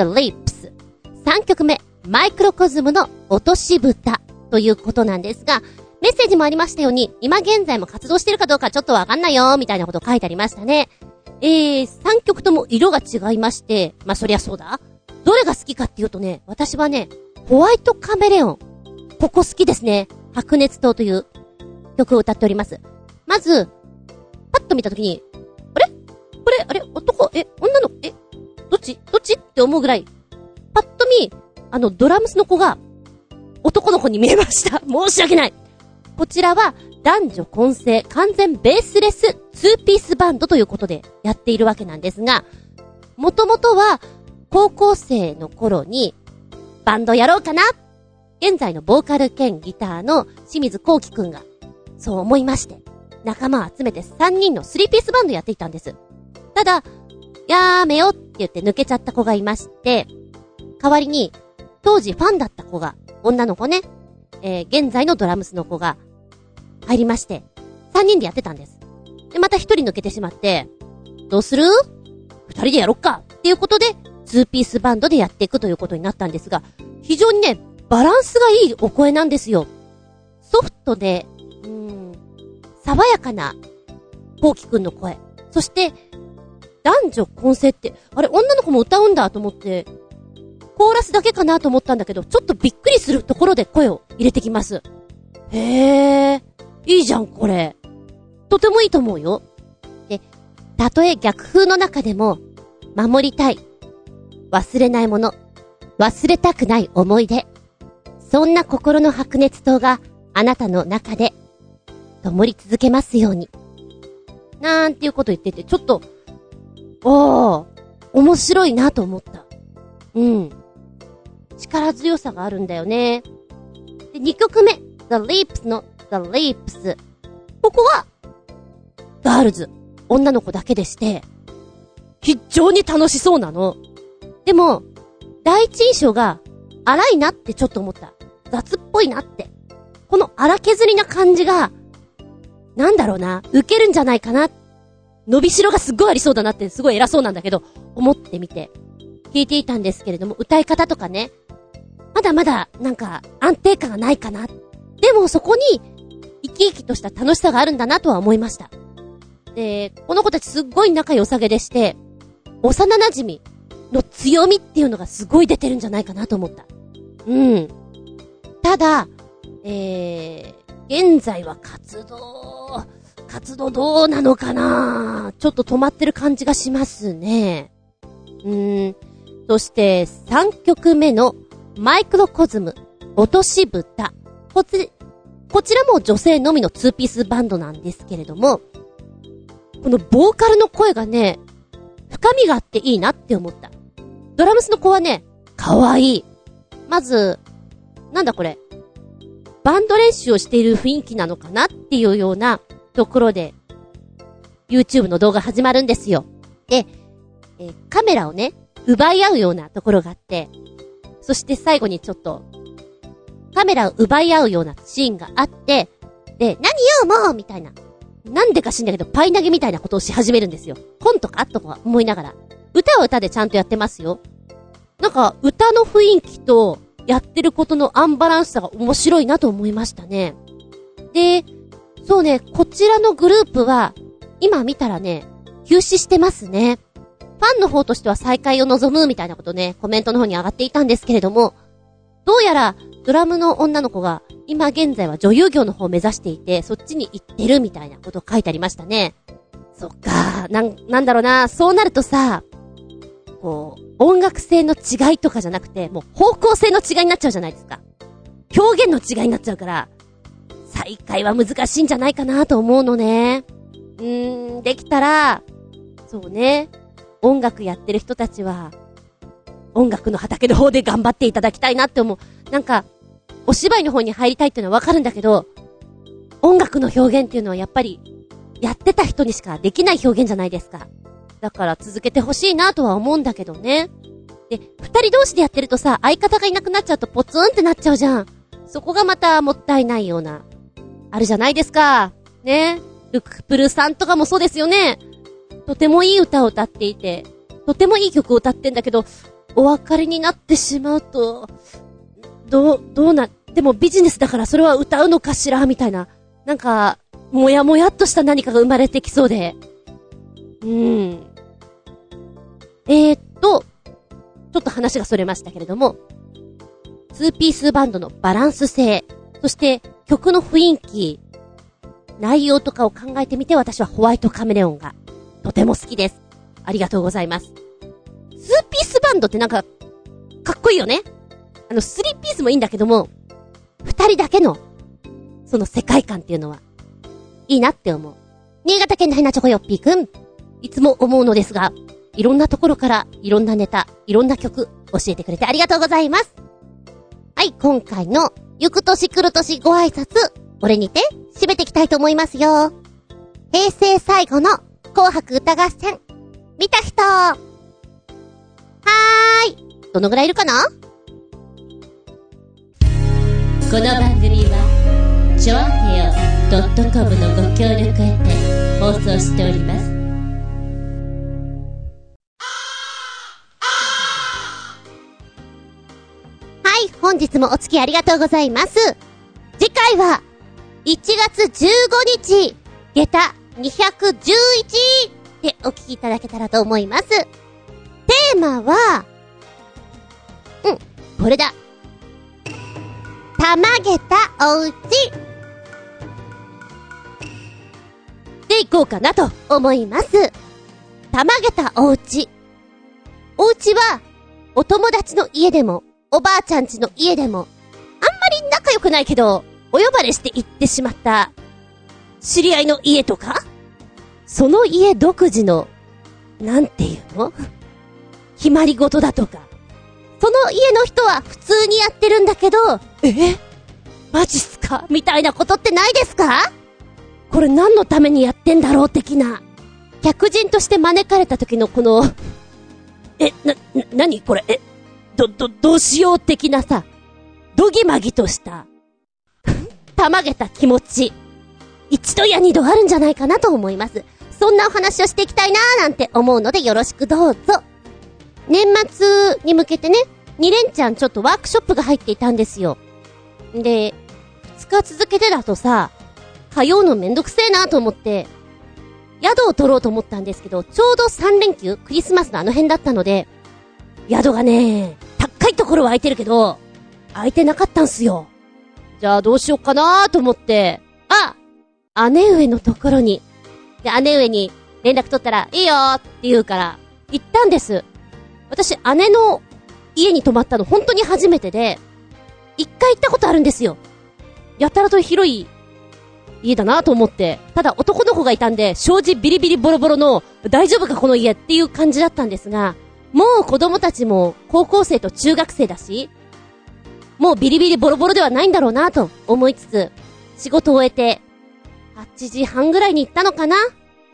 Leaps。3曲目、マイクロコズムの落とし蓋ということなんですが、メッセージもありましたように、今現在も活動してるかどうかちょっとわかんないよみたいなこと書いてありましたね。3曲とも色が違いまして、まあそりゃそうだ。どれが好きかっていうとね、私はね、ホワイトカメレオン。ここ好きですね。白熱灯という曲を歌っております。まず、パッと見たときに、あれ男、女の子、どっちって思うぐらい、パッと見、ドラムスの子が、男の子に見えました。申し訳ない。こちらは、男女混成、完全ベースレス、2ピースバンドということでやっているわけなんですが、もともとは、高校生の頃に、バンドやろうかな。現在のボーカル兼ギターの清水幸輝くんが、そう思いまして、仲間を集めて3人の3ピースバンドやっていたんです。ただ、やめよって言って抜けちゃった子がいまして、代わりに、当時ファンだった子が、女の子ね、現在のドラムスの子が入りまして、3人でやってたんです。で、また1人抜けてしまって、どうする？ 2 人でやろっかっていうことで、2ピースバンドでやっていくということになったんですが、非常にね、バランスがいいお声なんですよ。ソフトで、爽やかな、こうきくんの声。そして、男女混成って、あれ、女の子も歌うんだと思って、コーラスだけかなと思ったんだけど、ちょっとびっくりするところで声を入れてきます。へー、いいじゃん、これ。とてもいいと思うよ。で、たとえ逆風の中でも、守りたい。忘れないもの。忘れたくない思い出。そんな心の白熱灯があなたの中で灯り続けますように。なんていうこと言ってて、ちょっと、面白いなと思った。力強さがあるんだよね。で、2曲目、The Leaps の The Leaps。ここは、ガールズ、女の子だけでして、非常に楽しそうなの。でも、第一印象が、荒いなってちょっと思った。雑っぽいなって。この荒削りな感じが、なんだろうな、受けるんじゃないかな。伸びしろがすっごいありそうだなってすごい偉そうなんだけど、思ってみて、聞いていたんですけれども、歌い方とかね、まだまだなんか安定感がないかな。でもそこに、生き生きとした楽しさがあるんだなとは思いました。で、この子たちすっごい仲良さげでして、幼馴染の強みっていうのがすごい出てるんじゃないかなと思った。ただ、現在は活動どうなのかな？ちょっと止まってる感じがしますね。そして3曲目のマイクロコズム落とし蓋。こちらも女性のみの2ピースバンドなんですけれども、このボーカルの声がね、深みがあっていいなって思った。ドラムスの子はね、かわいい。まず、なんだこれ、バンド練習をしている雰囲気なのかなっていうようなところで YouTube の動画始まるんですよ。で、カメラをね奪い合うようなところがあって、そして最後にちょっとカメラを奪い合うようなシーンがあって、で、何よもうみたいな、なんでか知んだけどパイ投げみたいなことをし始めるんですよ。コントかとか思いながら、歌は歌でちゃんとやってますよ。なんか歌の雰囲気とやってることのアンバランスさが面白いなと思いましたね。で、そうね、こちらのグループは今見たらね、休止してますね。ファンの方としては再開を望むみたいなことね、コメントの方に上がっていたんですけれども、どうやらドラムの女の子が今現在は女優業の方を目指していて、そっちに行ってるみたいなこと書いてありましたね。そっか、なんだろうな、そうなるとさ、こう、音楽性の違いとかじゃなくて、もう方向性の違いになっちゃうじゃないですか。表現の違いになっちゃうから、再開は難しいんじゃないかなと思うのね。できたら、そうね、音楽やってる人たちは、音楽の畑の方で頑張っていただきたいなって思う。なんか、お芝居の方に入りたいっていうのはわかるんだけど、音楽の表現っていうのはやっぱり、やってた人にしかできない表現じゃないですか。だから続けてほしいなとは思うんだけどね。 で、二人同士でやってるとさ、相方がいなくなっちゃうとポツンってなっちゃうじゃん。そこがまたもったいないような、あるじゃないですか。ね。ルクプルさんとかもそうですよね。とてもいい歌を歌っていて、とてもいい曲を歌ってんだけど、お別れになってしまうと、でもビジネスだからそれは歌うのかしらみたいな、なんか、もやもやっとした何かが生まれてきそうで。ちょっと話がそれましたけれども、2ピースバンドのバランス性、そして曲の雰囲気、内容とかを考えてみて、私はホワイトカメレオンがとても好きです。ありがとうございます。2ピースバンドってなんかかっこいいよね。3ピースもいいんだけども、2人だけのその世界観っていうのはいいなって思う。新潟県のヘナチョコヨッピーくん、いつも思うのですが、いろんなところからいろんなネタ、いろんな曲教えてくれてありがとうございます。はい、今回のゆく年来る年ご挨拶、俺にて締めていきたいと思いますよ。平成最後の紅白歌合戦、見た人はーい、どのぐらいいるかな？ この番組はちょあへよ .com のご協力へて放送しております。 はい、本日もお付き合いありがとうございます。次回は1月15日下駄211でお聞きいただけたらと思います。テーマはこれだ。たまげたおうちで行こうかなと思います。たまげたおうち。おうちはお友達の家でもおばあちゃん家の家でもあんまり仲良くないけどお呼ばれして行ってしまった知り合いの家とか、その家独自のなんていうの決まり事だとか、その家の人は普通にやってるんだけど、マジっすかみたいなことってないですか？これ何のためにやってんだろう的な。客人として招かれた時のこの、何これ、どうしよう的なさ、どぎまぎとした、たまげた気持ち、一度や二度あるんじゃないかなと思います。そんなお話をしていきたいなーなんて思うのでよろしくどうぞ。年末に向けてね、2連チャンちょっとワークショップが入っていたんですよ。で、2日続けてだとさ、通うのめんどくせえなと思って、宿を取ろうと思ったんですけど、ちょうど3連休、クリスマスのあの辺だったので、宿がね、高いところは空いてるけど、空いてなかったんすよ。じゃあどうしようかなと思って、姉上のところに、で、姉上に連絡取ったら、いいよって言うから、行ったんです。私、姉の家に泊まったの本当に初めてで、一回行ったことあるんですよ。やたらと広い家だなと思って、ただ男の子がいたんで、障子ビリビリボロボロの、大丈夫かこの家っていう感じだったんですが、もう子供たちも高校生と中学生だし、もうビリビリボロボロではないんだろうなと思いつつ、仕事を終えて、8時半ぐらいに行ったのかな？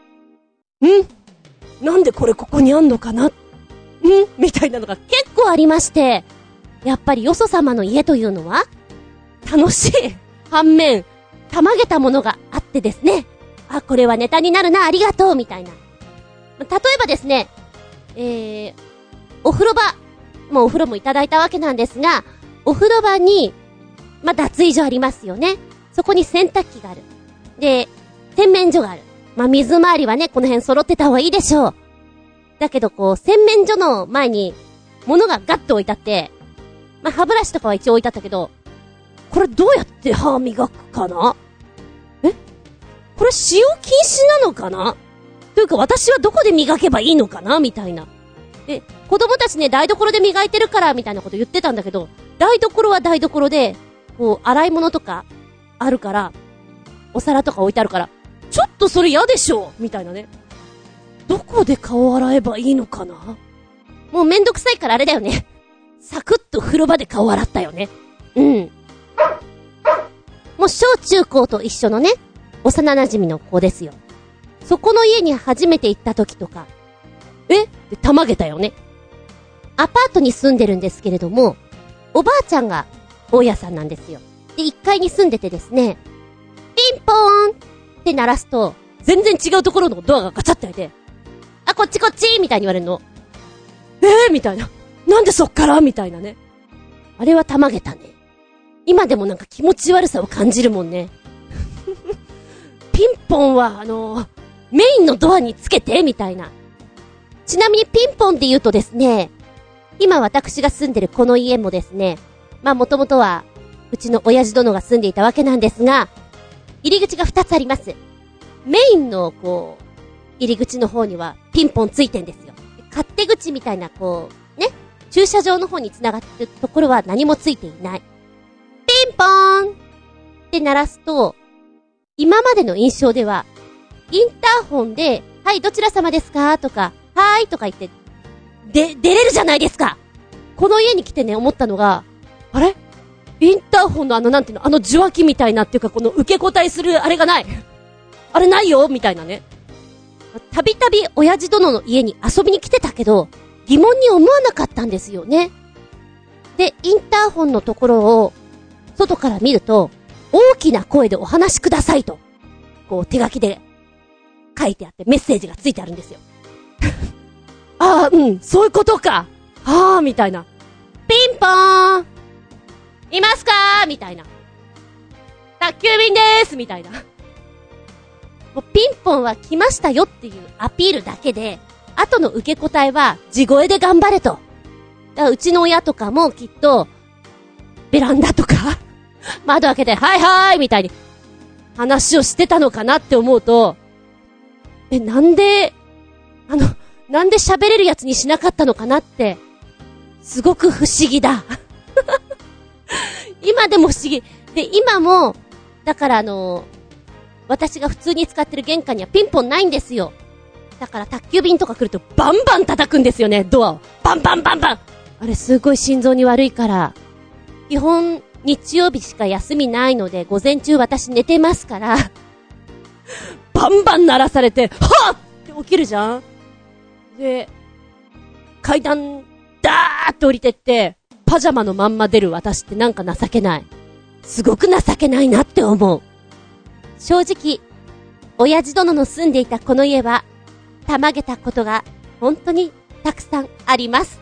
なんでこれここにあんのかな？みたいなのが結構ありまして、やっぱりよそ様の家というのは楽しい反面たまげたものがあってですね、これはネタになるな、ありがとうみたいな。例えばですね、お風呂場、もうお風呂もいただいたわけなんですが、お風呂場に脱衣所ありますよね。そこに洗濯機がある。で、洗面所がある。水回りはね、この辺揃ってた方がいいでしょう。だけど洗面所の前に物がガッと置いてあって、歯ブラシとかは一応置いてあったけど、これどうやって歯磨くかな？これ使用禁止なのかな？というか私はどこで磨けばいいのかなみたいな。で、子供たちね、台所で磨いてるからみたいなこと言ってたんだけど、台所は台所で、洗い物とかあるから、お皿とか置いてあるから、ちょっとそれ嫌でしょみたいなね。どこで顔洗えばいいのかな？もうめんどくさいからあれだよね。サクッと風呂場で顔洗ったよね。もう小中高と一緒のね、幼馴染の子ですよ。そこの家に初めて行った時とか、たまげたよね。 アパートに住んでるんですけれども、おばあちゃんが大家さんなんですよ。で、1階に住んでてですね、ピンポーンって鳴らすと、全然違うところのドアがガチャって開いて、あ、こっちこっちみたいに言われるの。みたいな。なんでそっからみたいなね。あれはたまげたね。今でもなんか気持ち悪さを感じるもんね。ピンポンはメインのドアにつけてみたいな。ちなみにピンポンで言うとですね、今私が住んでるこの家もですね、まあもともとはうちの親父殿が住んでいたわけなんですが、入り口が2つあります。メインのこう入り口の方にはピンポンついてんですよ。勝手口みたいなこうね、駐車場の方に繋がってるところは何もついていない。ピンポーンって鳴らすと、今までの印象ではインターホンで、はい、どちら様ですかとか、はーいとか言って、出れるじゃないですか。この家に来てね、思ったのが、あれインターホンのなんていうの、受話器みたいなっていうか、この受け答えするあれがない。あれないよみたいなね。たびたび親父殿の家に遊びに来てたけど、疑問に思わなかったんですよね。で、インターホンのところを、外から見ると、大きな声でお話しくださいと、こう手書きで書いてあってメッセージがついてあるんですよ。ああ、うん、そういうことか。ああ、みたいな。ピンポーンいますかーみたいな。宅急便でーすみたいな。もうピンポンは来ましたよっていうアピールだけで、後の受け答えは地声で頑張れと。だからうちの親とかもきっと、ベランダとか、窓開けて、はいはいみたいに話をしてたのかなって思うと、なんで喋れるやつにしなかったのかなって、すごく不思議だ。今でも不思議。で、今も、だから私が普通に使ってる玄関にはピンポンないんですよ。だから宅急便とか来るとバンバン叩くんですよね、ドアを。バンバンバンバン。あれすごい心臓に悪いから。基本、日曜日しか休みないので、午前中私寝てますから、バンバン鳴らされて、はぁって起きるじゃん。で、階段、ダーって降りてって、パジャマのまんま出る私ってなんか情けない。すごく情けないなって思う。正直、親父殿の住んでいたこの家は、たまげたことが本当にたくさんあります。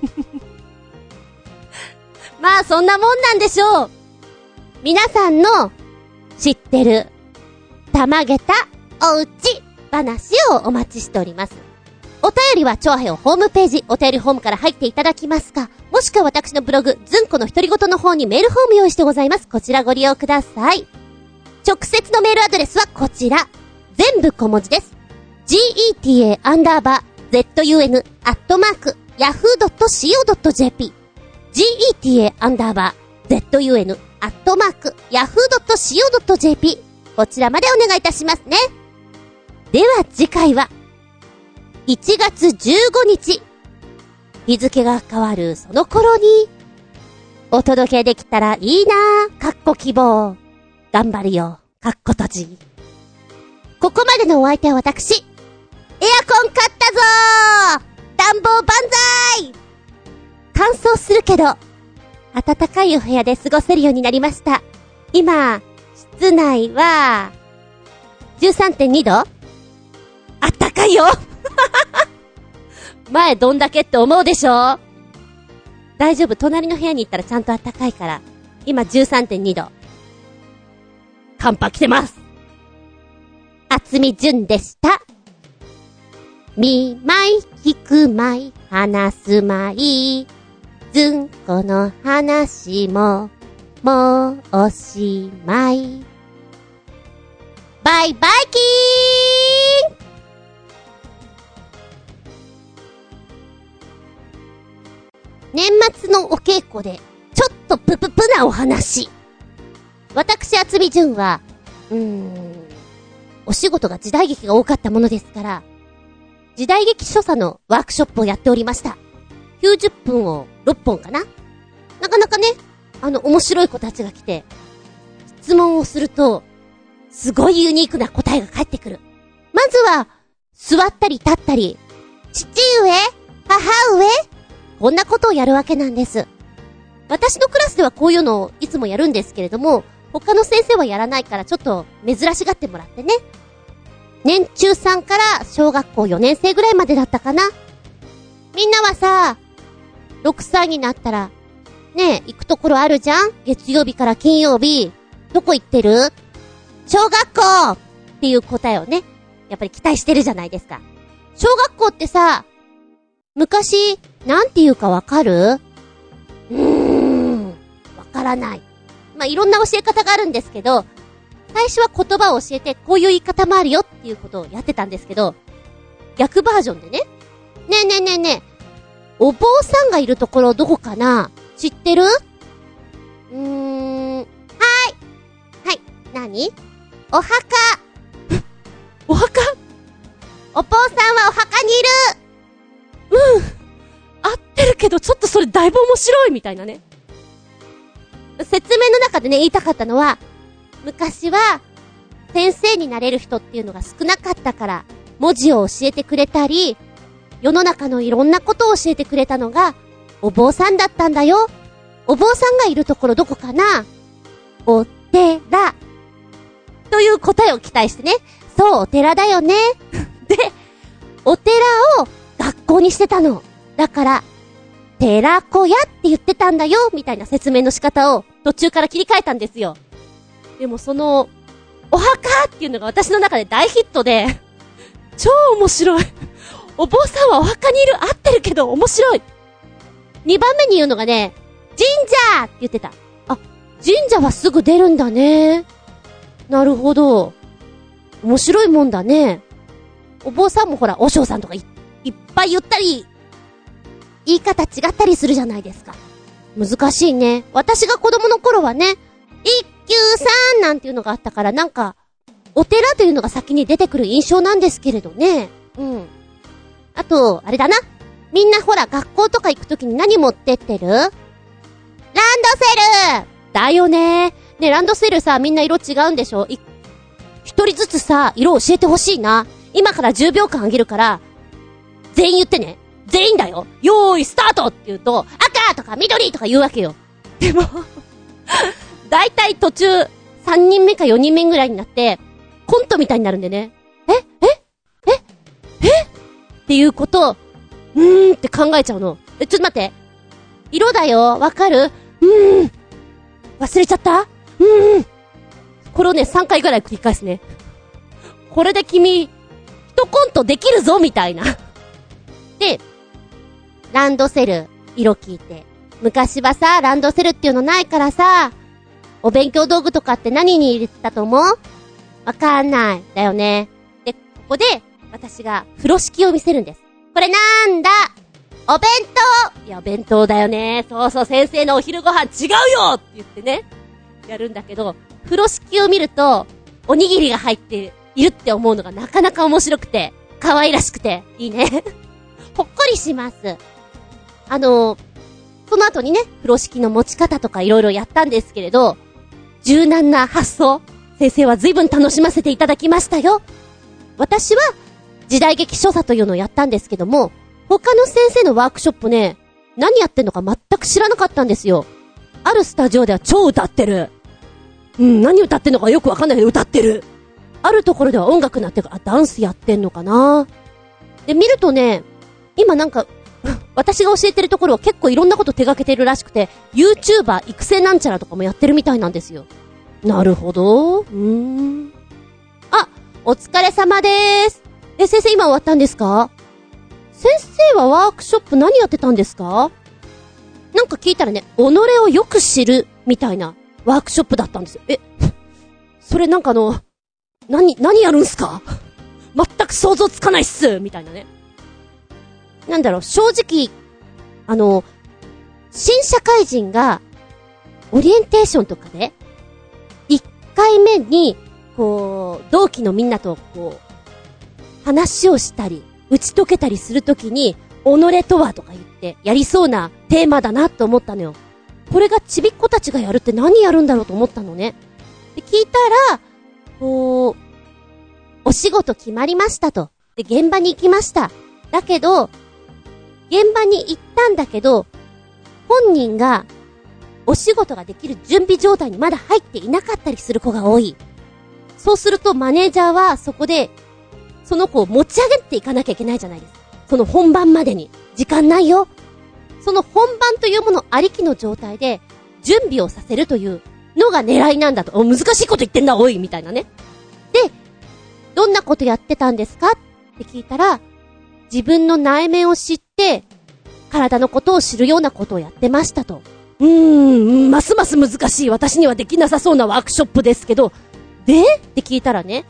まあそんなもんなんでしょう。皆さんの知ってるたまげたおうち話をお待ちしております。お便りはチョアヘオホームページお便りフォームから入っていただきますか、もしくは私のブログズンコの独り言の方にメールフォーム用意してございます。こちらご利用ください。直接のメールアドレスはこちら、全部小文字です。geta_zun@yahoo.co.jp geta_zun@yahoo.co.jp こちらまでお願いいたしますね。では次回は1月15日日付が変わるその頃にお届けできたらいいなぁ。かっこ希望。頑張るよ。かっこ閉じ。ここまでのお相手は私。エアコン買ったぞー。暖房万歳。乾燥するけど、暖かいお部屋で過ごせるようになりました。今、室内は、13.2 度？あったかいよ前どんだけって思うでしょ？大丈夫、隣の部屋に行ったらちゃんと暖かいから。今 13.2 度。寒波来てます。厚み純でした。見舞い、聞く舞い、話す舞い。ずんこの話も、もうおしまい。バイバイキーン。年末のお稽古で、ちょっとプププなお話。私、厚み純は、お仕事が時代劇が多かったものですから、時代劇所作のワークショップをやっておりました。90分を6本かな？なかなかね、面白い子たちが来て、質問をすると、すごいユニークな答えが返ってくる。まずは、座ったり立ったり、父上？母上？ こんなことをやるわけなんです。私のクラスではこういうのをいつもやるんですけれども、他の先生はやらないからちょっと珍しがってもらってね。年中さんから小学校4年生ぐらいまでだったかな。みんなはさ、6歳になったら、ねえ、行くところあるじゃん？月曜日から金曜日、どこ行ってる？小学校っていう答えをね、やっぱり期待してるじゃないですか。小学校ってさ、昔、なんていうかわかる？わからない。まあ、いろんな教え方があるんですけど、最初は言葉を教えて、こういう言い方もあるよっていうことをやってたんですけど、逆バージョンでね。ねえねえねえねえ、お坊さんがいるところどこかな？知ってる？はい。はい。何？お墓。 お墓？ お坊さんはお墓にいる。 合ってるけど、ちょっとそれだいぶ面白いみたいなね。 説明の中でね、言いたかったのは、昔は、先生になれる人っていうのが少なかったから、文字を教えてくれたり、世の中のいろんなことを教えてくれたのが、お坊さんだったんだよ。お坊さんがいるところどこかな？お寺。という答えを期待してね。そう、お寺だよね。で、お寺を学校にしてたの。だから、寺子屋って言ってたんだよ、みたいな説明の仕方を途中から切り替えたんですよ。でもその、お墓っていうのが私の中で大ヒットで、 超面白い。お坊さんはお墓にいる、合ってるけど面白い。 2番目に言うのがね、神社って言ってた。あ、神社はすぐ出るんだね。なるほど。面白いもんだね。お坊さんもほら、お尚さんとか いっぱい言ったり、言い方違ったりするじゃないですか。難しいね。私が子供の頃はね、一休さんなんていうのがあったから、なんか、お寺というのが先に出てくる印象なんですけれどね。あと、あれだな。みんなほら、学校とか行くときに何持ってってる？ランドセルだよね。ね、ランドセルさ、みんな色違うんでしょ？一人ずつさ、色教えてほしいな。今から10秒間あげるから、全員言ってね。全員だよ。よーい、スタートって言うと、赤とか緑とか言うわけよ。でも、だいたい途中、3人目か4人目ぐらいになって、コントみたいになるんでね。っていうことを、って考えちゃうの。ちょっと待って。色だよ。わかる？忘れちゃった？これをね、3回ぐらい繰り返すね。これで君、一コントできるぞみたいな。で、ランドセル、色聞いて。昔はさ、ランドセルっていうのないからさ、お勉強道具とかって何に入れてたと思う？わかんない。だよね。で、ここで、私が風呂敷を見せるんです。これなんだ？お弁当！いや、弁当だよね。そうそう、先生のお昼ご飯違うよって言ってね、やるんだけど、風呂敷を見ると、おにぎりが入っているって思うのがなかなか面白くて、可愛らしくて、いいね。ほっこりします。その後にね、風呂敷の持ち方とかいろいろやったんですけれど、柔軟な発想、先生は随分楽しませていただきましたよ。私は、時代劇所作というのをやったんですけども、他の先生のワークショップね、何やってんのか全く知らなかったんですよ。あるスタジオでは超歌ってる。何歌ってんのかよくわかんないけど歌ってる。あるところでは音楽になってるから、ダンスやってんのかな。で、見るとね、今なんか、私が教えてるところは結構いろんなこと手掛けてるらしくて、YouTuber 育成なんちゃらとかもやってるみたいなんですよ。なるほど。あ、お疲れ様でーす。先生今終わったんですか？先生はワークショップ何やってたんですか？なんか聞いたらね、己をよく知るみたいなワークショップだったんですよ。それなんか何やるんすか？全く想像つかないっすみたいなね。なんだろう、正直、新社会人が、オリエンテーションとかで、1回目に、こう、同期のみんなと、こう、話をしたり、打ち解けたりするときに、己とはとか言って、やりそうなテーマだなと思ったのよ。これがちびっ子たちがやるって何やるんだろうと思ったのね。で、聞いたら、こう、お仕事決まりましたと。で、現場に行きました。だけど、 現場に行ったんだけど、本人がお仕事ができる準備状態にまだ入っていなかったりする子が多い。そうするとマネージャーはそこでその子を持ち上げていかなきゃいけないじゃないですか。その本番までに時間ないよ。その本番というものありきの状態で準備をさせるというのが狙いなんだと。難しいこと言ってんだおいみたいなね。で、どんなことやってたんですかって聞いたら、自分の内面を知って体のことを知るようなことをやってましたと。ますます難しい、私にはできなさそうなワークショップですけど、でって聞いたらね、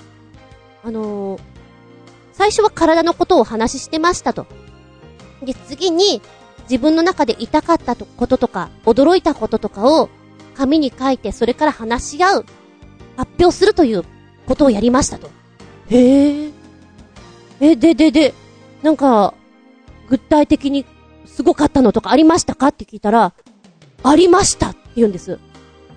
最初は体のことをお話ししてましたと。で、次に自分の中で痛かったこととか驚いたこととかを紙に書いて、それから話し合う、発表するということをやりましたと。へえ。で、なんか具体的にすごかったのとかありましたかって聞いたら、ありましたって言うんです。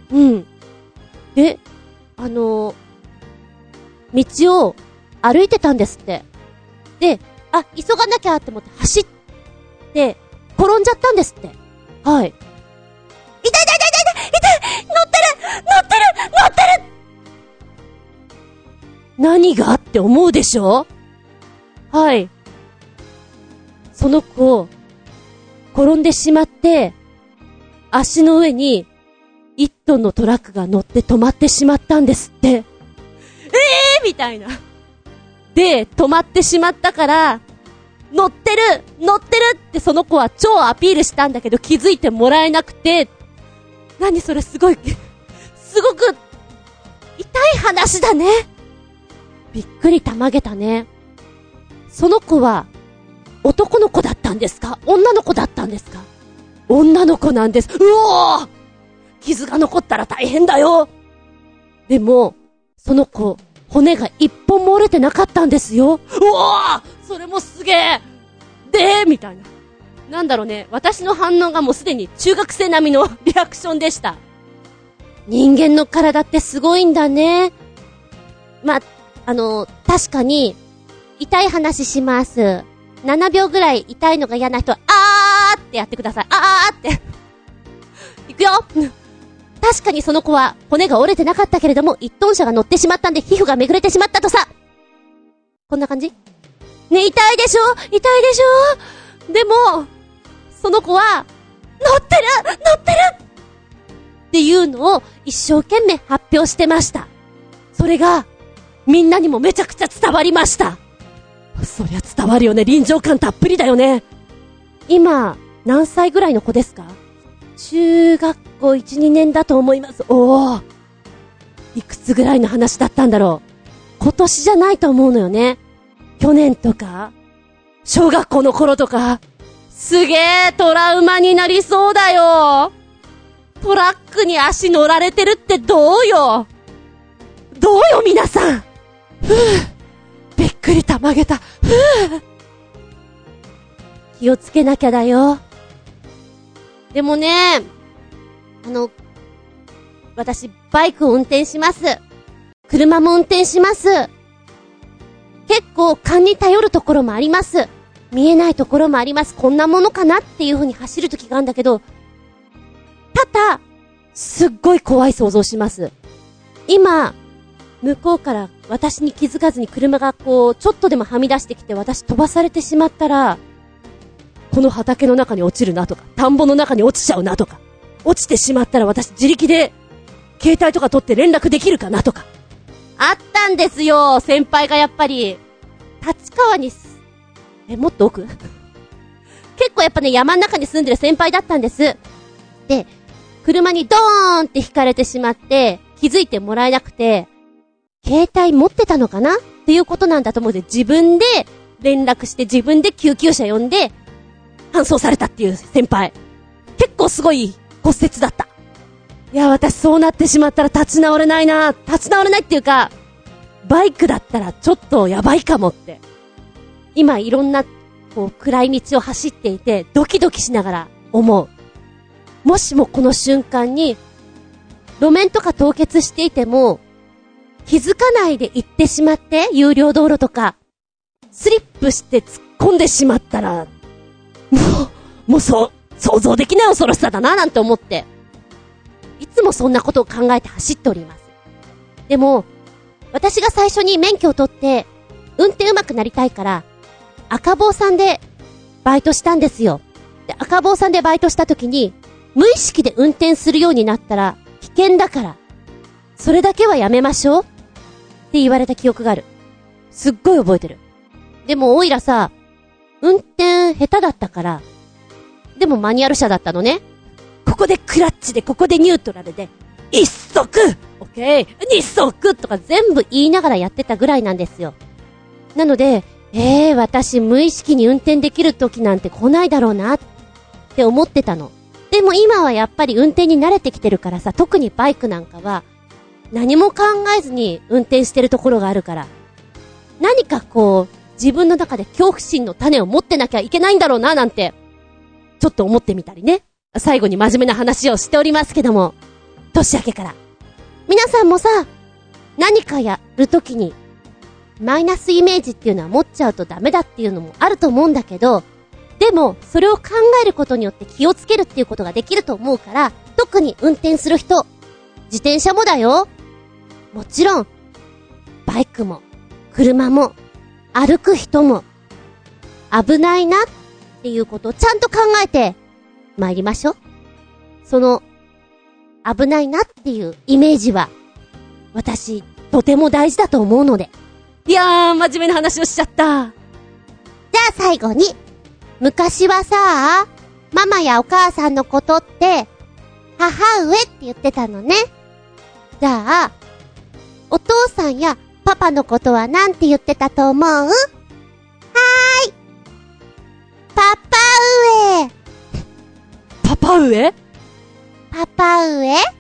で、道を歩いてたんですって。で、急がなきゃって思って走って転んじゃったんですって。はい。痛い乗ってる何がって思うでしょ？はい。その子転んでしまって、足の上に1トンのトラックが乗って止まってしまったんですって。みたいな。で、止まってしまったから、乗ってるってその子は超アピールしたんだけど気づいてもらえなくて、何それすごく痛い話だね。びっくりたまげたね。その子は男の子だったんですか？女の子だったんですか？女の子なんです。うおー！傷が残ったら大変だよ。でもその子骨が一本も折れてなかったんですよ。うおー！それもすげえ。でみたいな。なんだろうね。私の反応がもうすでに中学生並みのリアクションでした。人間の体ってすごいんだね。確かに痛い話します。7秒ぐらい痛いのが嫌な人はってやってください。っていくよ。確かにその子は骨が折れてなかったけれども1トン車が乗ってしまったんで皮膚がめぐれてしまったとさ。こんな感じね。痛いでしょでもその子は乗ってるっていうのを一生懸命発表してました。それがみんなにもめちゃくちゃ伝わりました。そりゃ伝わるよね。臨場感たっぷりだよね。今何歳ぐらいの子ですか？中学校 1,2 年だと思います。いくつぐらいの話だったんだろう。今年じゃないと思うのよね。去年とか小学校の頃とか。すげえトラウマになりそうだよ。トラックに足乗られてるってどうよ皆さん。びっくりたまげた。気をつけなきゃだよ。でもね、私バイクを運転します。車も運転します。結構勘に頼るところもあります。見えないところもあります。こんなものかなっていう風に走る時があるんだけど、すっごい怖い想像します。今向こうから私に気づかずに車がちょっとでもはみ出してきて私飛ばされてしまったら、この畑の中に落ちるなとか、田んぼの中に落ちちゃうなとか、落ちてしまったら私自力で携帯とか取って連絡できるかなとかあったんですよ。先輩がやっぱり立川にもっと奥結構やっぱね、山の中に住んでる先輩だったんです。で、車にドーンって引かれてしまって気づいてもらえなくて、携帯持ってたのかなっていうことなんだと思うので、自分で連絡して自分で救急車呼んで搬送されたっていう先輩。結構すごい骨折だった。いや、私そうなってしまったら立ち直れないっていうか、バイクだったらちょっとやばいかもって。今いろんな暗い道を走っていてドキドキしながら思う。もしもこの瞬間に路面とか凍結していても気づかないで行ってしまって、有料道路とかスリップして突っ込んでしまったらもう想像できない恐ろしさだななんて思って、いつもそんなことを考えて走っております。でも、私が最初に免許を取って、運転上手くなりたいから、赤坊さんでバイトしたんですよ。で、赤坊さんでバイトした時に、無意識で運転するようになったら危険だから、それだけはやめましょうって言われた記憶がある。すっごい覚えてる。でもオイラさ、運転下手だったから、でもマニュアル車だったのね。ここでクラッチで、ここでニュートラルで、一足オッケー二足とか全部言いながらやってたぐらいなんですよ。なので、私無意識に運転できる時なんて来ないだろうなって思ってたの。でも今はやっぱり運転に慣れてきてるからさ、特にバイクなんかは何も考えずに運転してるところがあるから、何かこう自分の中で恐怖心の種を持ってなきゃいけないんだろうななんてちょっと思ってみたりね。最後に真面目な話をしておりますけども、年明けから皆さんもさ、何かやるときにマイナスイメージっていうのは持っちゃうとダメだっていうのもあると思うんだけど、でもそれを考えることによって気をつけるっていうことができると思うから、特に運転する人、自転車もだよ、もちろんバイクも車も歩く人も危ないなっていうことをちゃんと考えて参りましょう。その危ないなっていうイメージは私とても大事だと思うので。いやー、真面目な話をしちゃった。じゃあ最後に、昔はさ、ママやお母さんのことって母上って言ってたのね。じゃあお父さんやパパのことはなんて言ってたと思う？はーい、パパ上。パパ上？パパ上？